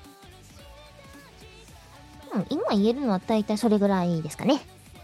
うん、今言えるのは大体それぐらいですかね。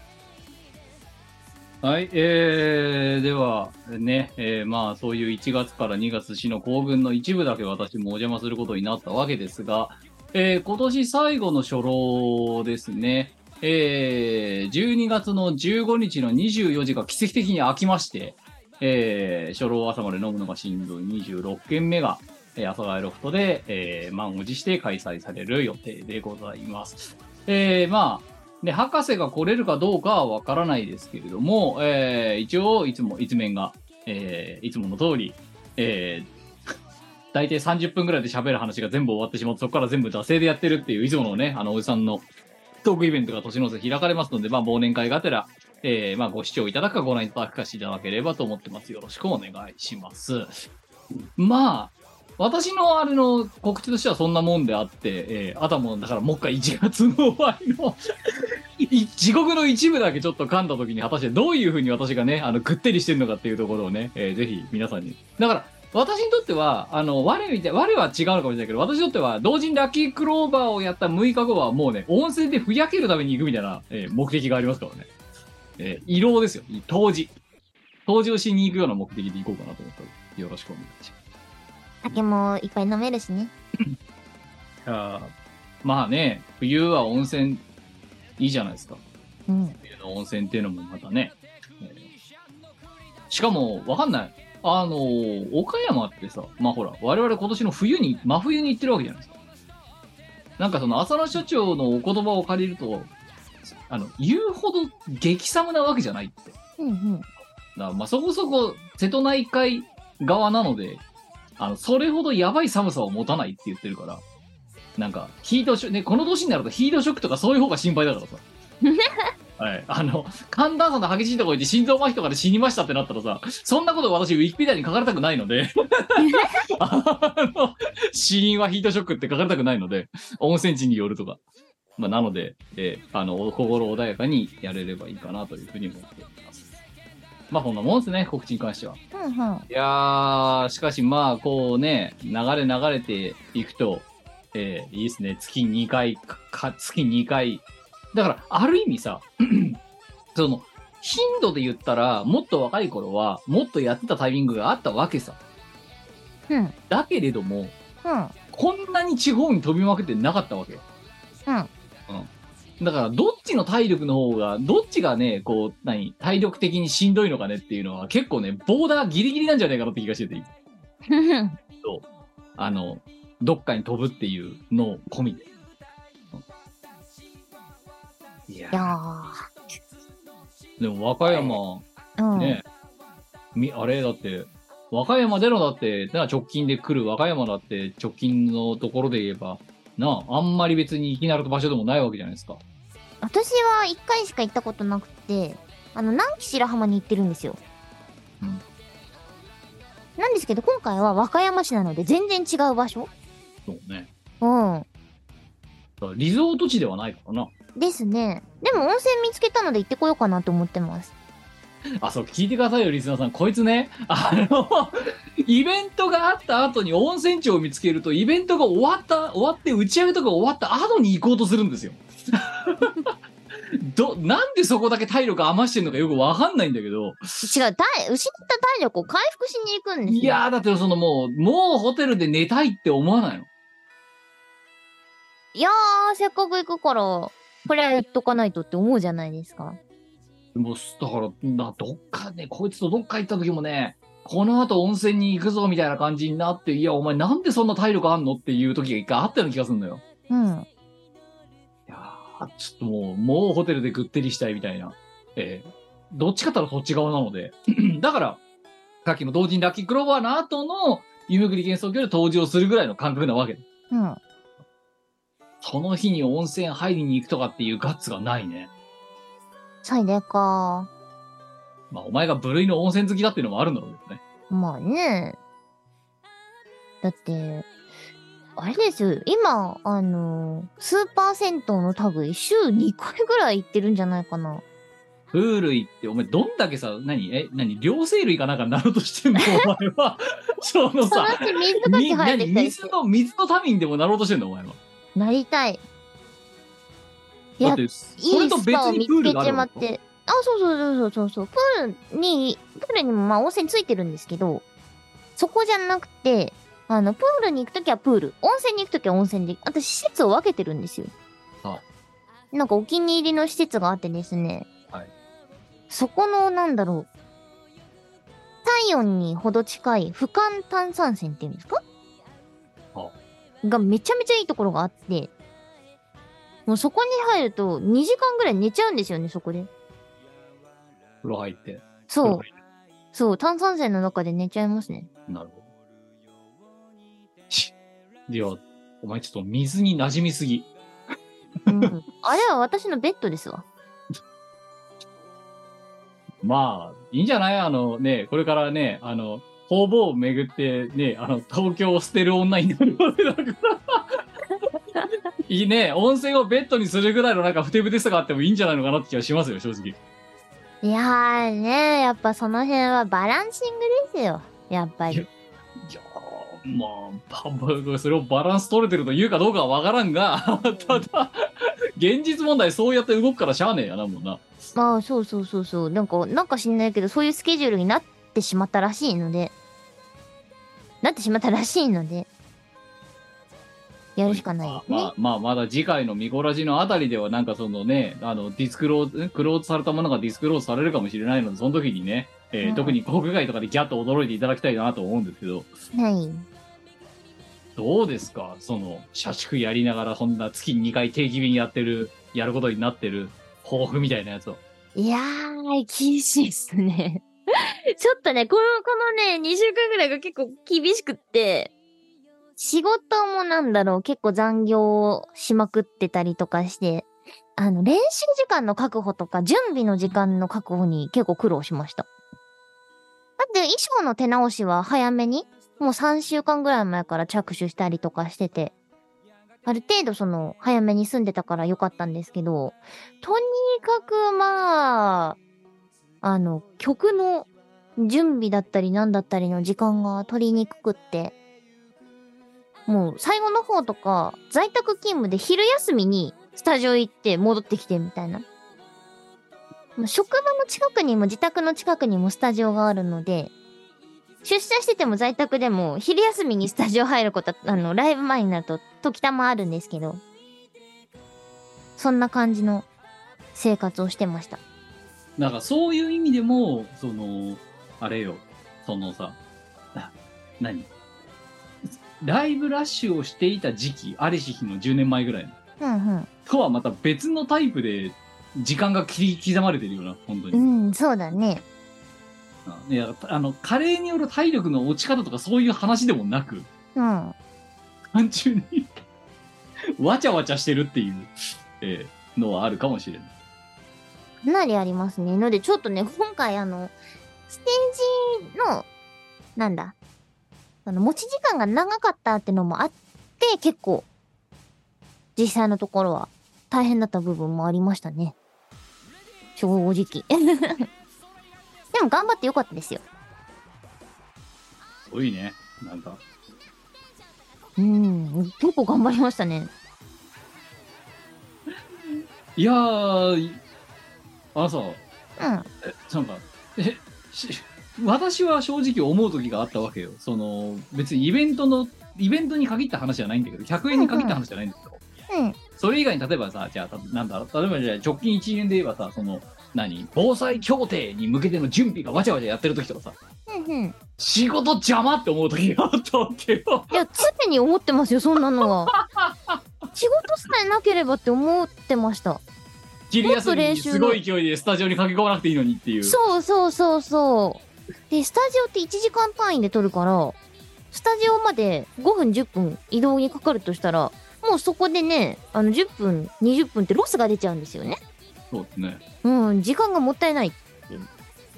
はい、えー、ではね、えー、まあそういういちがつからにがつ市の行軍の一部だけ私もお邪魔することになったわけですが、えー、今年最後の初老ですね、えー、じゅうにがつのじゅうごにちのにじゅうよじが奇跡的に空きまして、えー、初老朝まで飲むのが新聞にじゅうろっけんめが、えー、阿佐ヶ谷ロフトで、えー、満を持して開催される予定でございます。えー、まあで、博士が来れるかどうかはわからないですけれども、えー、一応、いつも、一面が、えー、いつもの通り、えー、大体さんじゅっぷんぐらいで喋る話が全部終わってしまって、そこから全部惰性でやってるっていう、いつものね、あの、おじさんのトークイベントが年の瀬開かれますので、まあ、忘年会がてら、えー、まあ、ご視聴いただくかご覧いただくかしていただければと思ってます。よろしくお願いします。まあ、私のあれの告知としてはそんなもんであって、えー、あとはもうだからもう一回いちがつの終わりの地獄の一部だけちょっと噛んだ時に果たしてどういう風に私がね、あの、ぐってりしてるのかっていうところをね、えー、ぜひ皆さんに。だから、私にとっては、あの、我みたい、我は違うのかもしれないけど、私にとっては、同時にラッキークローバーをやったむいかごはもうね、温泉でふやけるために行くみたいな、えー、目的がありますからね。えー、慰労ですよ。当時。当時をしに行くような目的で行こうかなと思ったので、よろしくお願いします。 酒もいっぱい飲めるしね。 あまあね、冬は温泉いいじゃないですか。 うん。 冬の温泉っていうのもまたね。えー、しかも、わかんない。あのー、岡山ってさ、まあほら、我々今年の冬に、真冬に行ってるわけじゃないですか。なんかその浅野社長のお言葉を借りると、あの、言うほど激寒なわけじゃないって。 うんうん。 だからまあそこそこ瀬戸内海側なので、あの、それほどやばい寒さを持たないって言ってるから、なんか、ヒートショック、ね、この年になるとヒートショックとかそういう方が心配だからさ。はい。あの、寒暖差の激しいところに心臓麻痺とかで死にましたってなったらさ、そんなこと私、ウィキペディアに書かれたくないので、あの、死因はヒートショックって書かれたくないので、温泉地によるとか。まあ、なので、えー、あの、心穏やかにやれればいいかなというふうに思っております。まあこんなもんですね、告知に関しては。 うんうん。 いやー、しかしまあこうね、流れ流れていくと、えー、いいですね、月にかいか、月にかい。だから、ある意味さ、その、頻度で言ったら、もっと若い頃は、もっとやってたタイミングがあったわけさ。 うん。 だけれども、 うん。 こんなに地方に飛びまくってなかったわけよ。 うん。 うん。だから、どっちの体力の方が、どっちがね、こう、何、体力的にしんどいのかねっていうのは、結構ね、ボーダーギリギリなんじゃないかなって気がしてていい。 と、あの、どっかに飛ぶっていうの込みで。いやいやーでも和歌山、 ー、うん。 ね、みあれだって、和歌山でのだって、な直近で来る和歌山だって直近のところで言えば、なあ、あんまり別に行きなる場所でもないわけじゃないですか。 私は一回しか行ったことなくて、あの、南紀白浜に行ってるんですよ。 うん。 なんですけど、今回は和歌山市なので全然違う場所。 そうね。 うん。 だからリゾート地ではないからな。 ですね。でも温泉見つけたので行ってこようかなと思ってます。 あ、そう、聞いてくださいよ、リスナーさん。こいつね、あの、イベントがあった後に温泉地を見つけると、イベントが終わった、終わって、打ち上げとか終わった後に行こうとするんですよ。ど、なんでそこだけ体力余してんのかよくわかんないんだけど。 違う、体、失った体力を回復しに行くんですよ。 いやー、だってそのもう、もうホテルで寝たいって思わないの？ いやー、せっかく行くから、これは言っとかないとって思うじゃないですか。 もう、だから、などっかね、こいつとどっか行った時もね、この後温泉に行くぞみたいな感じになって、いや、お前なんでそんな体力あんのっていう時が一回あったような気がするんだよ。 うん。 いやー、ちょっともう、もうホテルでぐってりしたいみたいな。えーどっちかって言ったらそっち側なので。だから、さっきの同人ラッキークローバーの後の夢ぐり幻想郷で登場するぐらいの感覚なわけだ。 うん。 その日に温泉入りに行くとかっていうガッツがないね。 最低か。 まあ、お前が部類の温泉好きだっていうのもあるんだろうけどね。 まあね。だって、あれですよ。今、あの、スーパー銭湯の類、週にかいぐらい行ってるんじゃないかな。 プール行って、お前どんだけさ、何え、何両生類かなんかになろうとしてんのお前は。そのそのさ、 うち水かき生えてきたりして。 水の、水の民でもなろうとしてんのお前は。 なりたい。いや、 だって、 いいそれと別スパを見にプールがあつけちるわけ。 まって。あ、そうそうそうそうそう。プールに、プールにもまあ温泉ついてるんですけど、そこじゃなくて、あの、プールに行くときはプール、温泉に行くときは温泉で、私施設を分けてるんですよ。 はなんかお気に入りの施設があってですね。 はい。 そこの、なんだろう。体温にほど近い不感炭酸泉っていうんですか？ はがめちゃめちゃいいところがあって、もうそこに入るとにじかんぐらい寝ちゃうんですよね、そこで。 風呂入って。 そう。 風呂そう、炭酸泉の中で寝ちゃいますね。 入ってなるほど。しいや、お前ちょっと水に馴染みすぎ。 うん。あれは私のベッドですわ。 まあ、いいんじゃないあのね、これからね、あの、方々を巡ってね、あの、東京を捨てる女になるわけだから。いいね、温泉をベッドにするぐらいのなんかふてぶてさがあってもいいんじゃないのかなって気がしますよ、正直。 いやーね、やっぱその辺はバランシングですよ。やっぱり。 いや、まあ、ばばそれをバランス取れてると言うかどうかはわからんが、ただ、現実問題そうやって動くからしゃあねえやな、もうな。 まあ、そうそうそうそう。なんか、なんか知んないけど、そういうスケジュールになってしまったらしいので、なってしまったらしいので、やるしかないですね。 まあ、まあ、まだ次回のミコラジのあたりではなんかそのね、あの、ディスクローズ、クローズされたものがディスクローズされるかもしれないので、その時にね、えーうん特に国外とかでギャッと驚いていただきたいなと思うんですけど、 はい。 どうですかその、社畜やりながらそんな月ににかい定期便やってる、やることになってる、抱負みたいなやつを。 いやー、厳しいっすね。ちょっとね、この、このね、にしゅうかんぐらいが結構厳しくって、仕事もなんだろう、結構残業しまくってたりとかして、あの、練習時間の確保とか、準備の時間の確保に結構苦労しました。だって衣装の手直しは早めに、もうさんしゅうかんぐらい前から着手したりとかしてて、ある程度その、早めに済んでたからよかったんですけど、とにかくまあ、あの、曲の準備だったりなんだったりの時間が取りにくくって、もう最後の方とか、在宅勤務で昼休みにスタジオ行って戻ってきてみたいな。もう職場の近くにも自宅の近くにもスタジオがあるので、出社してても在宅でも昼休みにスタジオ入ることは、あの、ライブ前になると時たまあるんですけど、そんな感じの生活をしてました。 なんかそういう意味でも、その、あれよ、そのさ、な何ライブラッシュをしていた時期、ありし日のじゅうねんまえぐらいのうんうん。 とはまた別のタイプで時間が切り刻まれてるような、本当に。 うん、そうだね。 いや、あの、加齢による体力の落ち方とかそういう話でもなく、 うん。 単純にわちゃわちゃしてるっていう、えーのはあるかもしれない。 かなりありますね。ので、ちょっとね、今回あの、ステージの、なんだ、あの、持ち時間が長かったってのもあって、結構、実際のところは大変だった部分もありましたね。正直。でも頑張ってよかったですよ。 すごいね。なんか。 うん、結構頑張りましたね。 いやー、あのさ、 うん。 え、なんか、え、し私は正直思う時があったわけよ。その、別にイベントの、イベントに限った話じゃないんだけど、ひゃくえんに限った話じゃないんだけど、 うん。 それ以外に例えばさ、じゃあ、たなんだろう、例えばじゃあ直近いちねんで言えばさ、その、何防災協定に向けての準備がわちゃわちゃやってる時とかさ、 うんうん。 仕事邪魔って思う時があったわけよ。 いや、常に思ってますよ、そんなのは。仕事さえなければって思ってました。 昼休みにすごい勢いでスタジオに駆け込まなくていいのにっていう。 そうそうそうそう。で、スタジオっていちじかん単位で撮るから、スタジオまでごふんじゅっぷん移動にかかるとしたら、もうそこでね、あのじゅっぷん、にじゅっぷんってロスが出ちゃうんですよね。 そうですね。 うん、時間がもったいないっていう。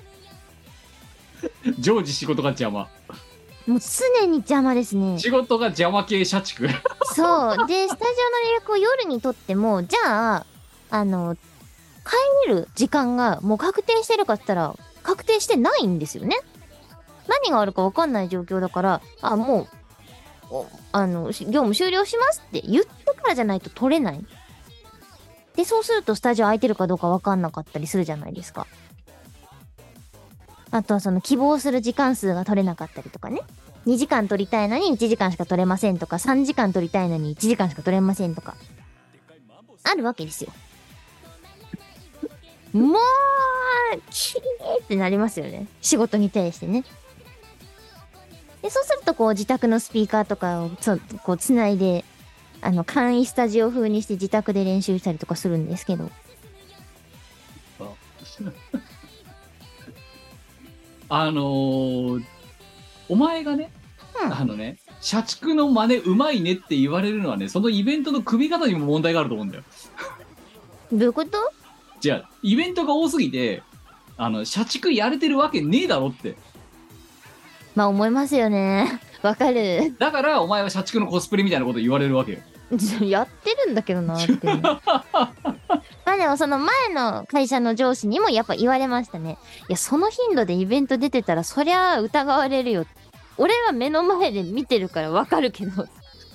常時仕事が邪魔。 もう常に邪魔ですね。 仕事が邪魔系社畜。 そう。で、スタジオの予約を夜にとっても、じゃあ、あの、帰れる時間がもう確定してるかって言ったら、確定してないんですよね。何があるか分かんない状況だから、あ、もう、おあの、し業務終了しますって言ってからじゃないと取れない。で、そうするとスタジオ空いてるかどうか分かんなかったりするじゃないですか。あとはその希望する時間数が取れなかったりとかね。にじかん取りたいのにいちじかんしか取れませんとか、さんじかん取りたいのにいちじかんしか取れませんとか。あるわけですよ。もう、きれいってなりますよね。仕事に対してね。で、そうするとこう自宅のスピーカーとかをつこうつないで、あの、簡易スタジオ風にして自宅で練習したりとかするんですけど。 あのー、お前がね、 うんあのね、社畜の真似うまいねって言われるのはね、そのイベントの組み方にも問題があると思うんだよ。 どういうこと？ じゃあ、イベントが多すぎて、あの、社畜やれてるわけねえだろって。 まあ思いますよね。わかる。 だから、お前は社畜のコスプレみたいなこと言われるわけよ。 やってるんだけどなっていう。まあでもその前の会社の上司にもやっぱ言われましたね。いや、その頻度でイベント出てたらそりゃ疑われるよ。俺は目の前で見てるからわかるけど。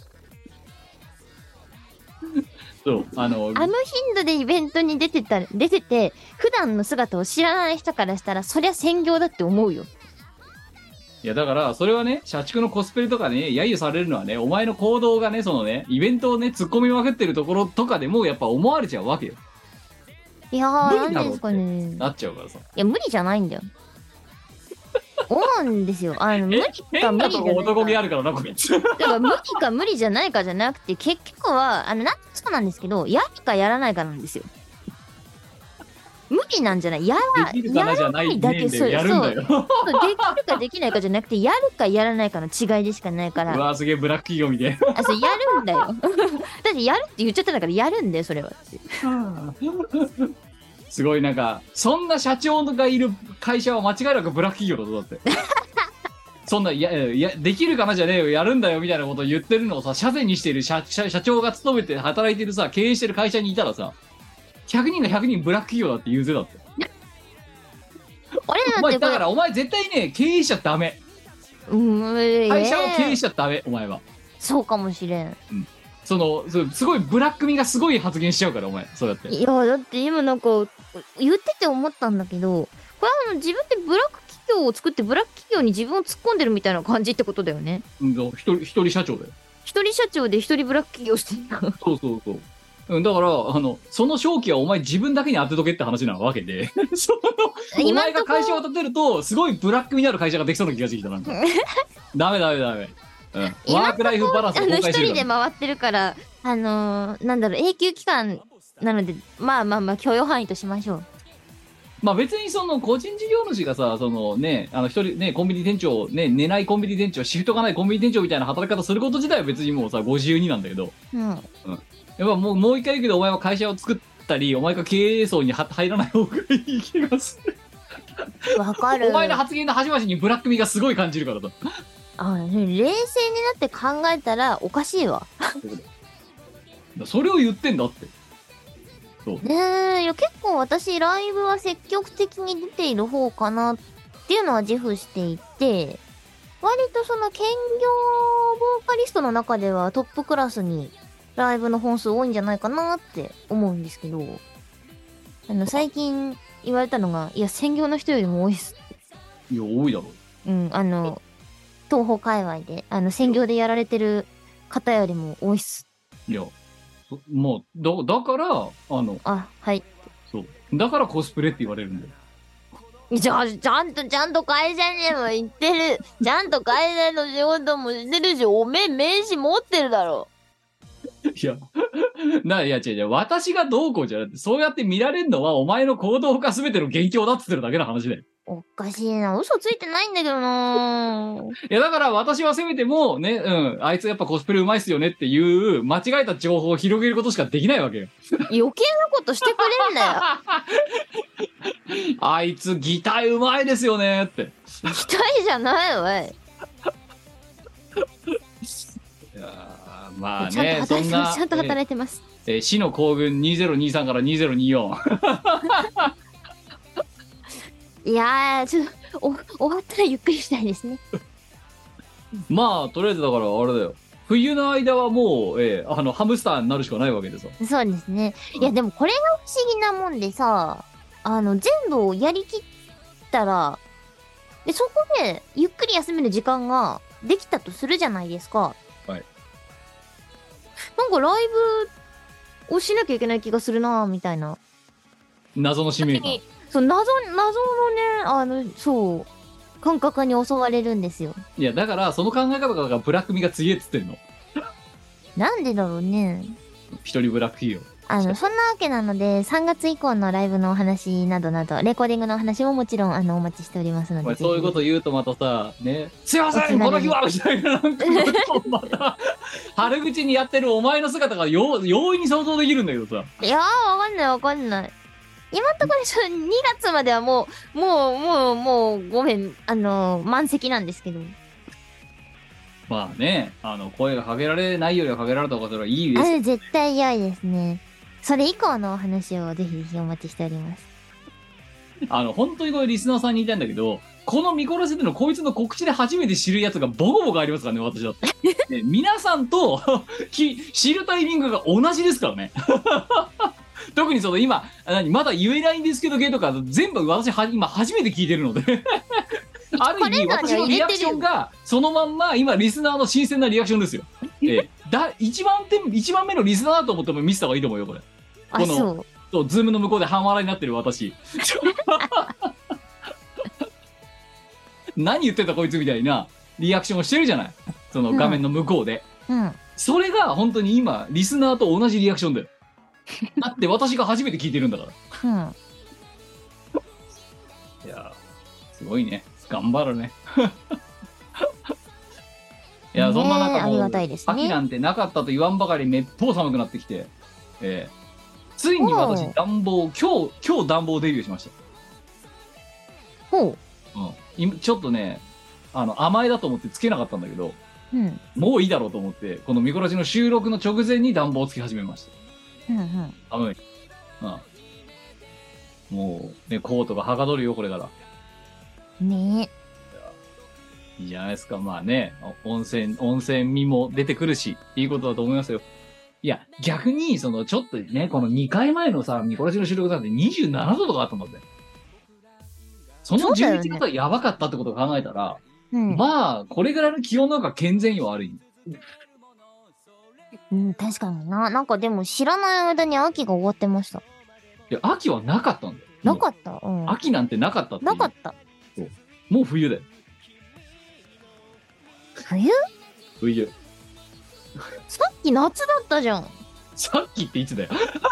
そう、あの、 あの頻度でイベントに出てたら、出てて、普段の姿を知らない人からしたらそりゃ専業だって思うよ。 いやだからそれはね、社畜のコスプレとかね揶揄されるのはね、お前の行動がね、そのねイベントをね突っ込みまくってるところとかでもやっぱ思われちゃうわけよ。 いやー、 無理だろなんですかね。 なっちゃうからさ。 いや、無理じゃないんだよ。思うんですよ。あの、無理か変なとこ無理じゃない男気あか。 るからなこいつ。 だから無理か無理じゃないかじゃなくて、結局は、あの、なんそうなんですけど、やるかやらないかなんですよ。無理なんじゃないやら、 できるかなじゃないねんでやるんだよ。 そうできるかできないかじゃなくて、やるかやらないかの違いでしかないかうら。 わーすげえブラック企業みたいあ、それやるんだよ。だってやるって言っちゃったんだからやるんだよ、それは。 な。すごいなんかそんな社長がいる会社は間違いなくブラック企業だぞだって。そんないやいやできるかなじゃねえよやるんだよみたいなことを言ってるのをさ、社前にしている社社社長が勤めて働いてるさ、経営してる会社にいたらさ、ひゃくにんがひゃくにんブラック企業だって言うぜだって。 俺お前なんてこれだからお前絶対ね経営しちゃダメ。 うーん、 会社を経営えしちゃダメお前は。 そうかもしれん。 そのそうすごいブラック味がすごい発言しちゃうからお前そうやって。 いや、だって今なんか、言ってて思ったんだけど、これあの、自分でブラック企業を作ってブラック企業に自分を突っ込んでるみたいな感じってことだよね。 うん、一人一人社長だよ。 一人社長で一人ブラック企業してるの。 そうそうそう。うん、だからあのその正気はお前自分だけに当てとけって話なわけでそのお前が会社を立てるとすごいブラックになる会社ができそうな気がしてきたなんかダメダメダメ。 うん、 今ワークライフバランスあの、一を崩壊してるから。 人で回ってるから、あのー、なんだろう、永久期間なので、まあまあまあ、許容範囲としましょう。 まあ別にその個人事業主がさ、そのね、あの一人ね、コンビニ店長、ね、寝ないコンビニ店長、シフトがないコンビニ店長みたいな働き方すること自体は別にもうさ、ご自由になんだけど、 うん。 やっぱもう、もう一回言うけど、お前は会社を作ったり、お前が経営層には入らない方がいい気がする。 わかる。 お前の発言の端々にブラック味がすごい感じるからだ。 あ、冷静になって考えたらおかしいわ。 それを言ってんだって。そうねえ、いや結構私ライブは積極的に出ている方かなっていうのは自負していて、割とその兼業ボーカリストの中ではトップクラスにライブの本数多いんじゃないかなって思うんですけど、あの最近言われたのが、いや専業の人よりも多いっす。 いや、多いだろうん、あの東宝界隈であの専業でやられてる方よりも多いっす。 いや、もうだだからあのあ、はい。 そうだからコスプレって言われるんだよ。 じゃあ、ちゃんと、ちゃんと会社にも行ってる。ちゃんと会社の仕事もしてるし、おめえ名刺持ってるだろ。 いや、な、いや違う違う、私がどうこうじゃなくて、そうやって見られるのはお前の行動が全ての元凶だっつってるだけの話だよ。 おかしいな。嘘ついてないんだけどな。 いや、だから私はせめても、ね、うん、あいつやっぱコスプレうまいっすよねっていう、間違えた情報を広げることしかできないわけよ。 余計なことしてくれんだよ。 あいつギターうまいですよねって。 期待じゃないわい。 いやまあちゃんね、 と働いてます。ちゃんと働いてます。 えー、死の行軍にせんにじゅうさんからにせんにじゅうよん。 いやー、ちょっと、お、終わったらゆっくりしたいですね。 まあ、とりあえずだからあれだよ。冬の間はもう、えー、あの、ハムスターになるしかないわけでさ。 そうですね。いや、でもこれが不思議なもんでさ、あの、全部をやりきったら、で、そこで、ゆっくり休める時間ができたとするじゃないですか。 はい。 なんかライブをしなきゃいけない気がするなぁ、みたいな。 謎の使命感。 そう、謎、謎のね、あの、そう、感覚に襲われるんですよ。 いや、だから、その考え方がブラック味が強えっつってんの。 なんでだろうね。 一人ブラックヒーロー。 あの、そんなわけなので、さんがつ以降のライブのお話などなど、レコーディングのお話ももちろん、あの、お待ちしておりますので。 お前そういうこと言うとまたさ、ね、すいません、この日はみたいな、なんか、また、春口にやってるお前の姿がよ容易に想像できるんだけどさ。 いやー、わかんないわかんない。今のところちょっとにがつまではもう、もう、もう、もう、ごめん、あのー、満席なんですけど。 まあね、あの、声がかけられないよりはかけられた方がそれはいいです。 あれ絶対嫌いですね。それ以降のお話をぜひぜひお待ちしております。 あの、本当にこれリスナーさんに言いたいんだけど、このミコラジでのこいつの告知で初めて知るやつがボコボコありますからね、私だって。ね、皆さんとき知るタイミングが同じですからね。特にその今、何、まだ言えないんですけど、ゲとか全部私は今初めて聞いてるので。ある意味私のリアクションがそのまんま今リスナーの新鮮なリアクションですよ。えだ一番手一番目のリスナーだと思っても見せた方がいいと思うよこれ。 あ、 このそう。 そう、ズームの向こうで半笑いになってる私。何言ってんだこいつみたいなリアクションをしてるじゃない。その画面の向こうで。 うん。 それが本当に今リスナーと同じリアクションだよ。だって私が初めて聞いてるんだから。 うん。 いやすごいね。頑張るね。いや、 ねえ、 そんな中ありもがたいですね。 秋なんてなかったと言わんばかりめっぽう寒くなってきて、えー、ついに私おう暖房今日今日暖房デビューしました。 ほう。 うん、今ちょっとねあの甘えだと思ってつけなかったんだけど、 うん。 もういいだろうと思ってこのミコラジの収録の直前に暖房をつけ始めました。 うんうん。 寒い。うん、もうねコートがはかどるよこれから。 ねいいじゃないですか。まあね、温泉、温泉味も出てくるし、いいことだと思いますよ。いや、逆に、その、ちょっとね、このにかいまえのさ、ミコラジの収録なんてにじゅうななどとかあったんだって。そのじゅういちがつはやばかったってことを考えたら、 うん。 まあ、これぐらいの気温の中健全よ、ある意味。 うん、確かにな。なんかでも知らない間に秋が終わってました。 いや、秋はなかったんだよ。 なかった。うん。 秋なんてなかったっていう。 なかった。 もう冬だよ。 冬？ 冬。 さっき夏だったじゃん。 さっきっていつだよ。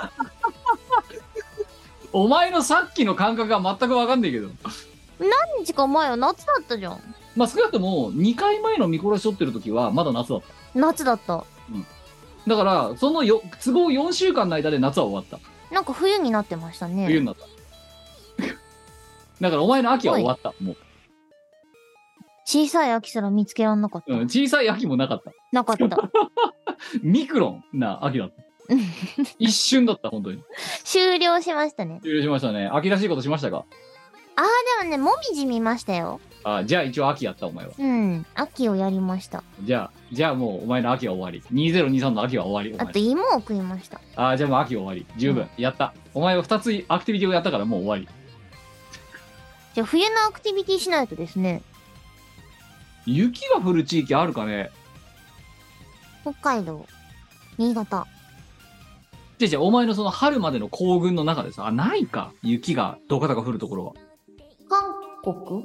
お前のさっきの感覚が全く分かんないけど。 何日か前は夏だったじゃん。 まあ少なくともにかいまえの見殺し撮ってる時はまだ夏だった。 夏だった。 だからそのよ都合よんしゅうかんの間で夏は終わった。 なんか冬になってましたね。 冬になった。だからお前の秋は終わった。もう。 小さい秋すら見つけらんなかった。 うん、小さい秋もなかった。 なかった。 ミクロンな秋だった。一瞬だった、本当に。 終了しましたね。 終了しましたね。秋らしいことしましたか？ あーでもね、もみじ見ましたよ。 あ、じゃあ一応秋やった、お前は。 うん、秋をやりました。 じゃあ、じゃあもうお前の秋は終わり。にせんにじゅうさんの秋は終わり。お前あと芋を食いました。 あ、じゃあもう秋終わり。十分。やった。お前はふたつアクティビティをやったからもう終わり。 じゃあ冬のアクティビティしないとですね。 雪が降る地域あるかね？ 北海道、新潟。 じゃあじゃあお前のその春までの行軍の中でさ、あ、ないか。雪がどかどか降るところは。 韓国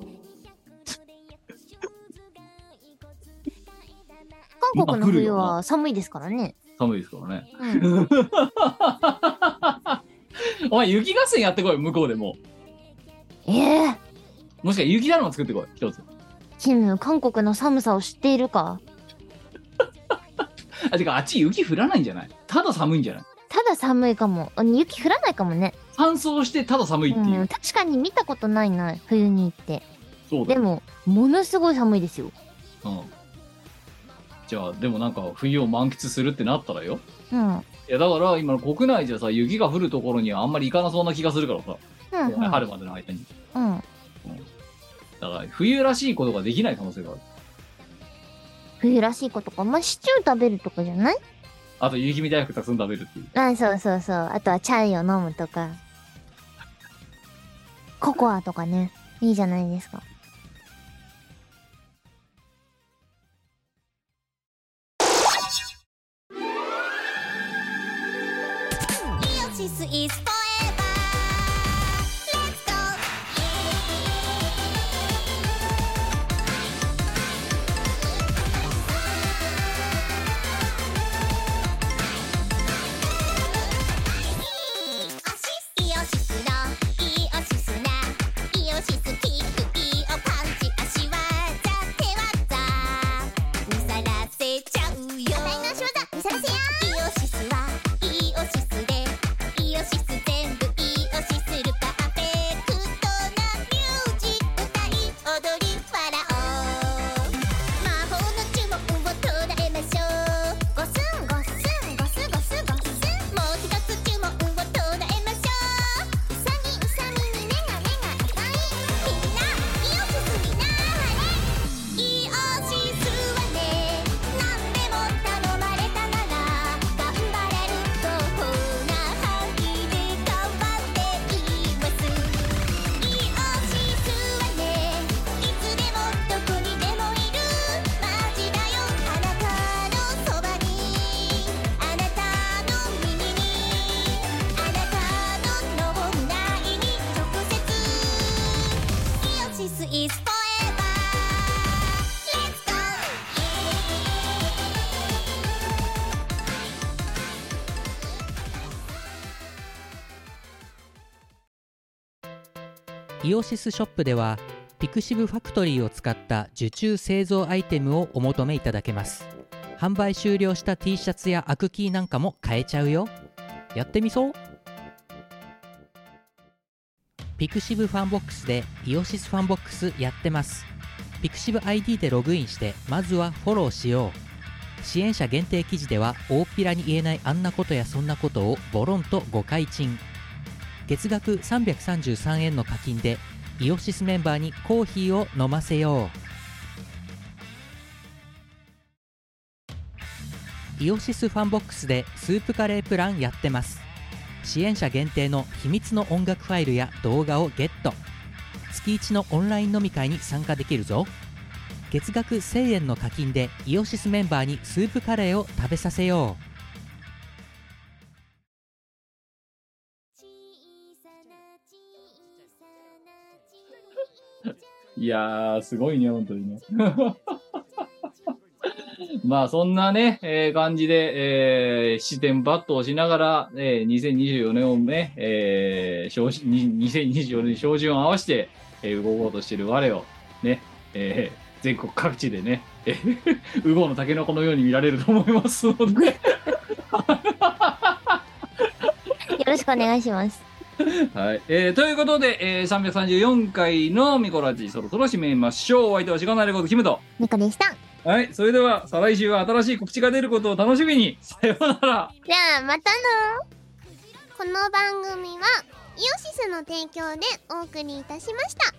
韓国の冬は寒いですからね。 寒いですからね。 うん、 お前雪合戦やってこい、向こうでもええー、 もしくは雪だるま作ってこい、一つ。 キム、韓国の寒さを知っているか？ あ、てかあっち雪降らないんじゃない？ただ寒いんじゃない？ ただ寒いかも。雪降らないかもね。 乾燥してただ寒いっていう、 うん、確かに見たことないな、冬に行って。 そうだでもものすごい寒いですよ。 うん。じゃあでもなんか冬を満喫するってなったらよ。 うん。 いやだから今の国内じゃさ、雪が降るところにはあんまり行かなそうな気がするからさ、 うんうん、 春までの間に。 うん。 うん、だから冬らしいことができない可能性がある。 冬らしいことか、まあ、シチュー食べるとかじゃない？ あと雪見大福たくさん食べるっていう。 あ、そうそうそう。あとはチャイを飲むとか。ココアとかね。いいじゃないですか。 イオシスショップではピクシブファクトリーを使った受注製造アイテムをお求めいただけます。販売終了した T シャツやアクキーなんかも買えちゃうよ。やってみそう。ピクシブファンボックスでイオシスファンボックスやってます。ピクシブ アイディー でログインしてまずはフォローしよう。支援者限定記事では大っぴらに言えないあんなことやそんなことをボロンとご開陳。月額さんびゃくさんじゅうさんえんの課金でイオシスメンバーにコーヒーを飲ませよう。イオシスファンボックスでスープカレープランやってます。支援者限定の秘密の音楽ファイルや動画をゲット。月いちのオンライン飲み会に参加できるぞ。月額せんえんの課金でイオシスメンバーにスープカレーを食べさせよう。いやーすごいね本当にね。 まあそんなね、えー感じで、えー、七点抜刀をしながら、えー、にせんにじゅうよねんをね、えー、照準ににせんにじゅうよねんに照準を合わせて、えー動こうとしている我を、ね、えー全国各地でね、えー、ウゴのタケノコのように見られると思いますので、 よろしくお願いします。 はい。えー、ということで、えー、さんびゃくさんじゅうよんかいのミコラジそろそろ締めましょう。お相手はしがないレコードキムと。 みこでした。 はい。それでは、再来週は新しい告知が出ることを楽しみに。さようなら。 じゃあ、またのこの番組はイオシスの提供でお送りいたしました。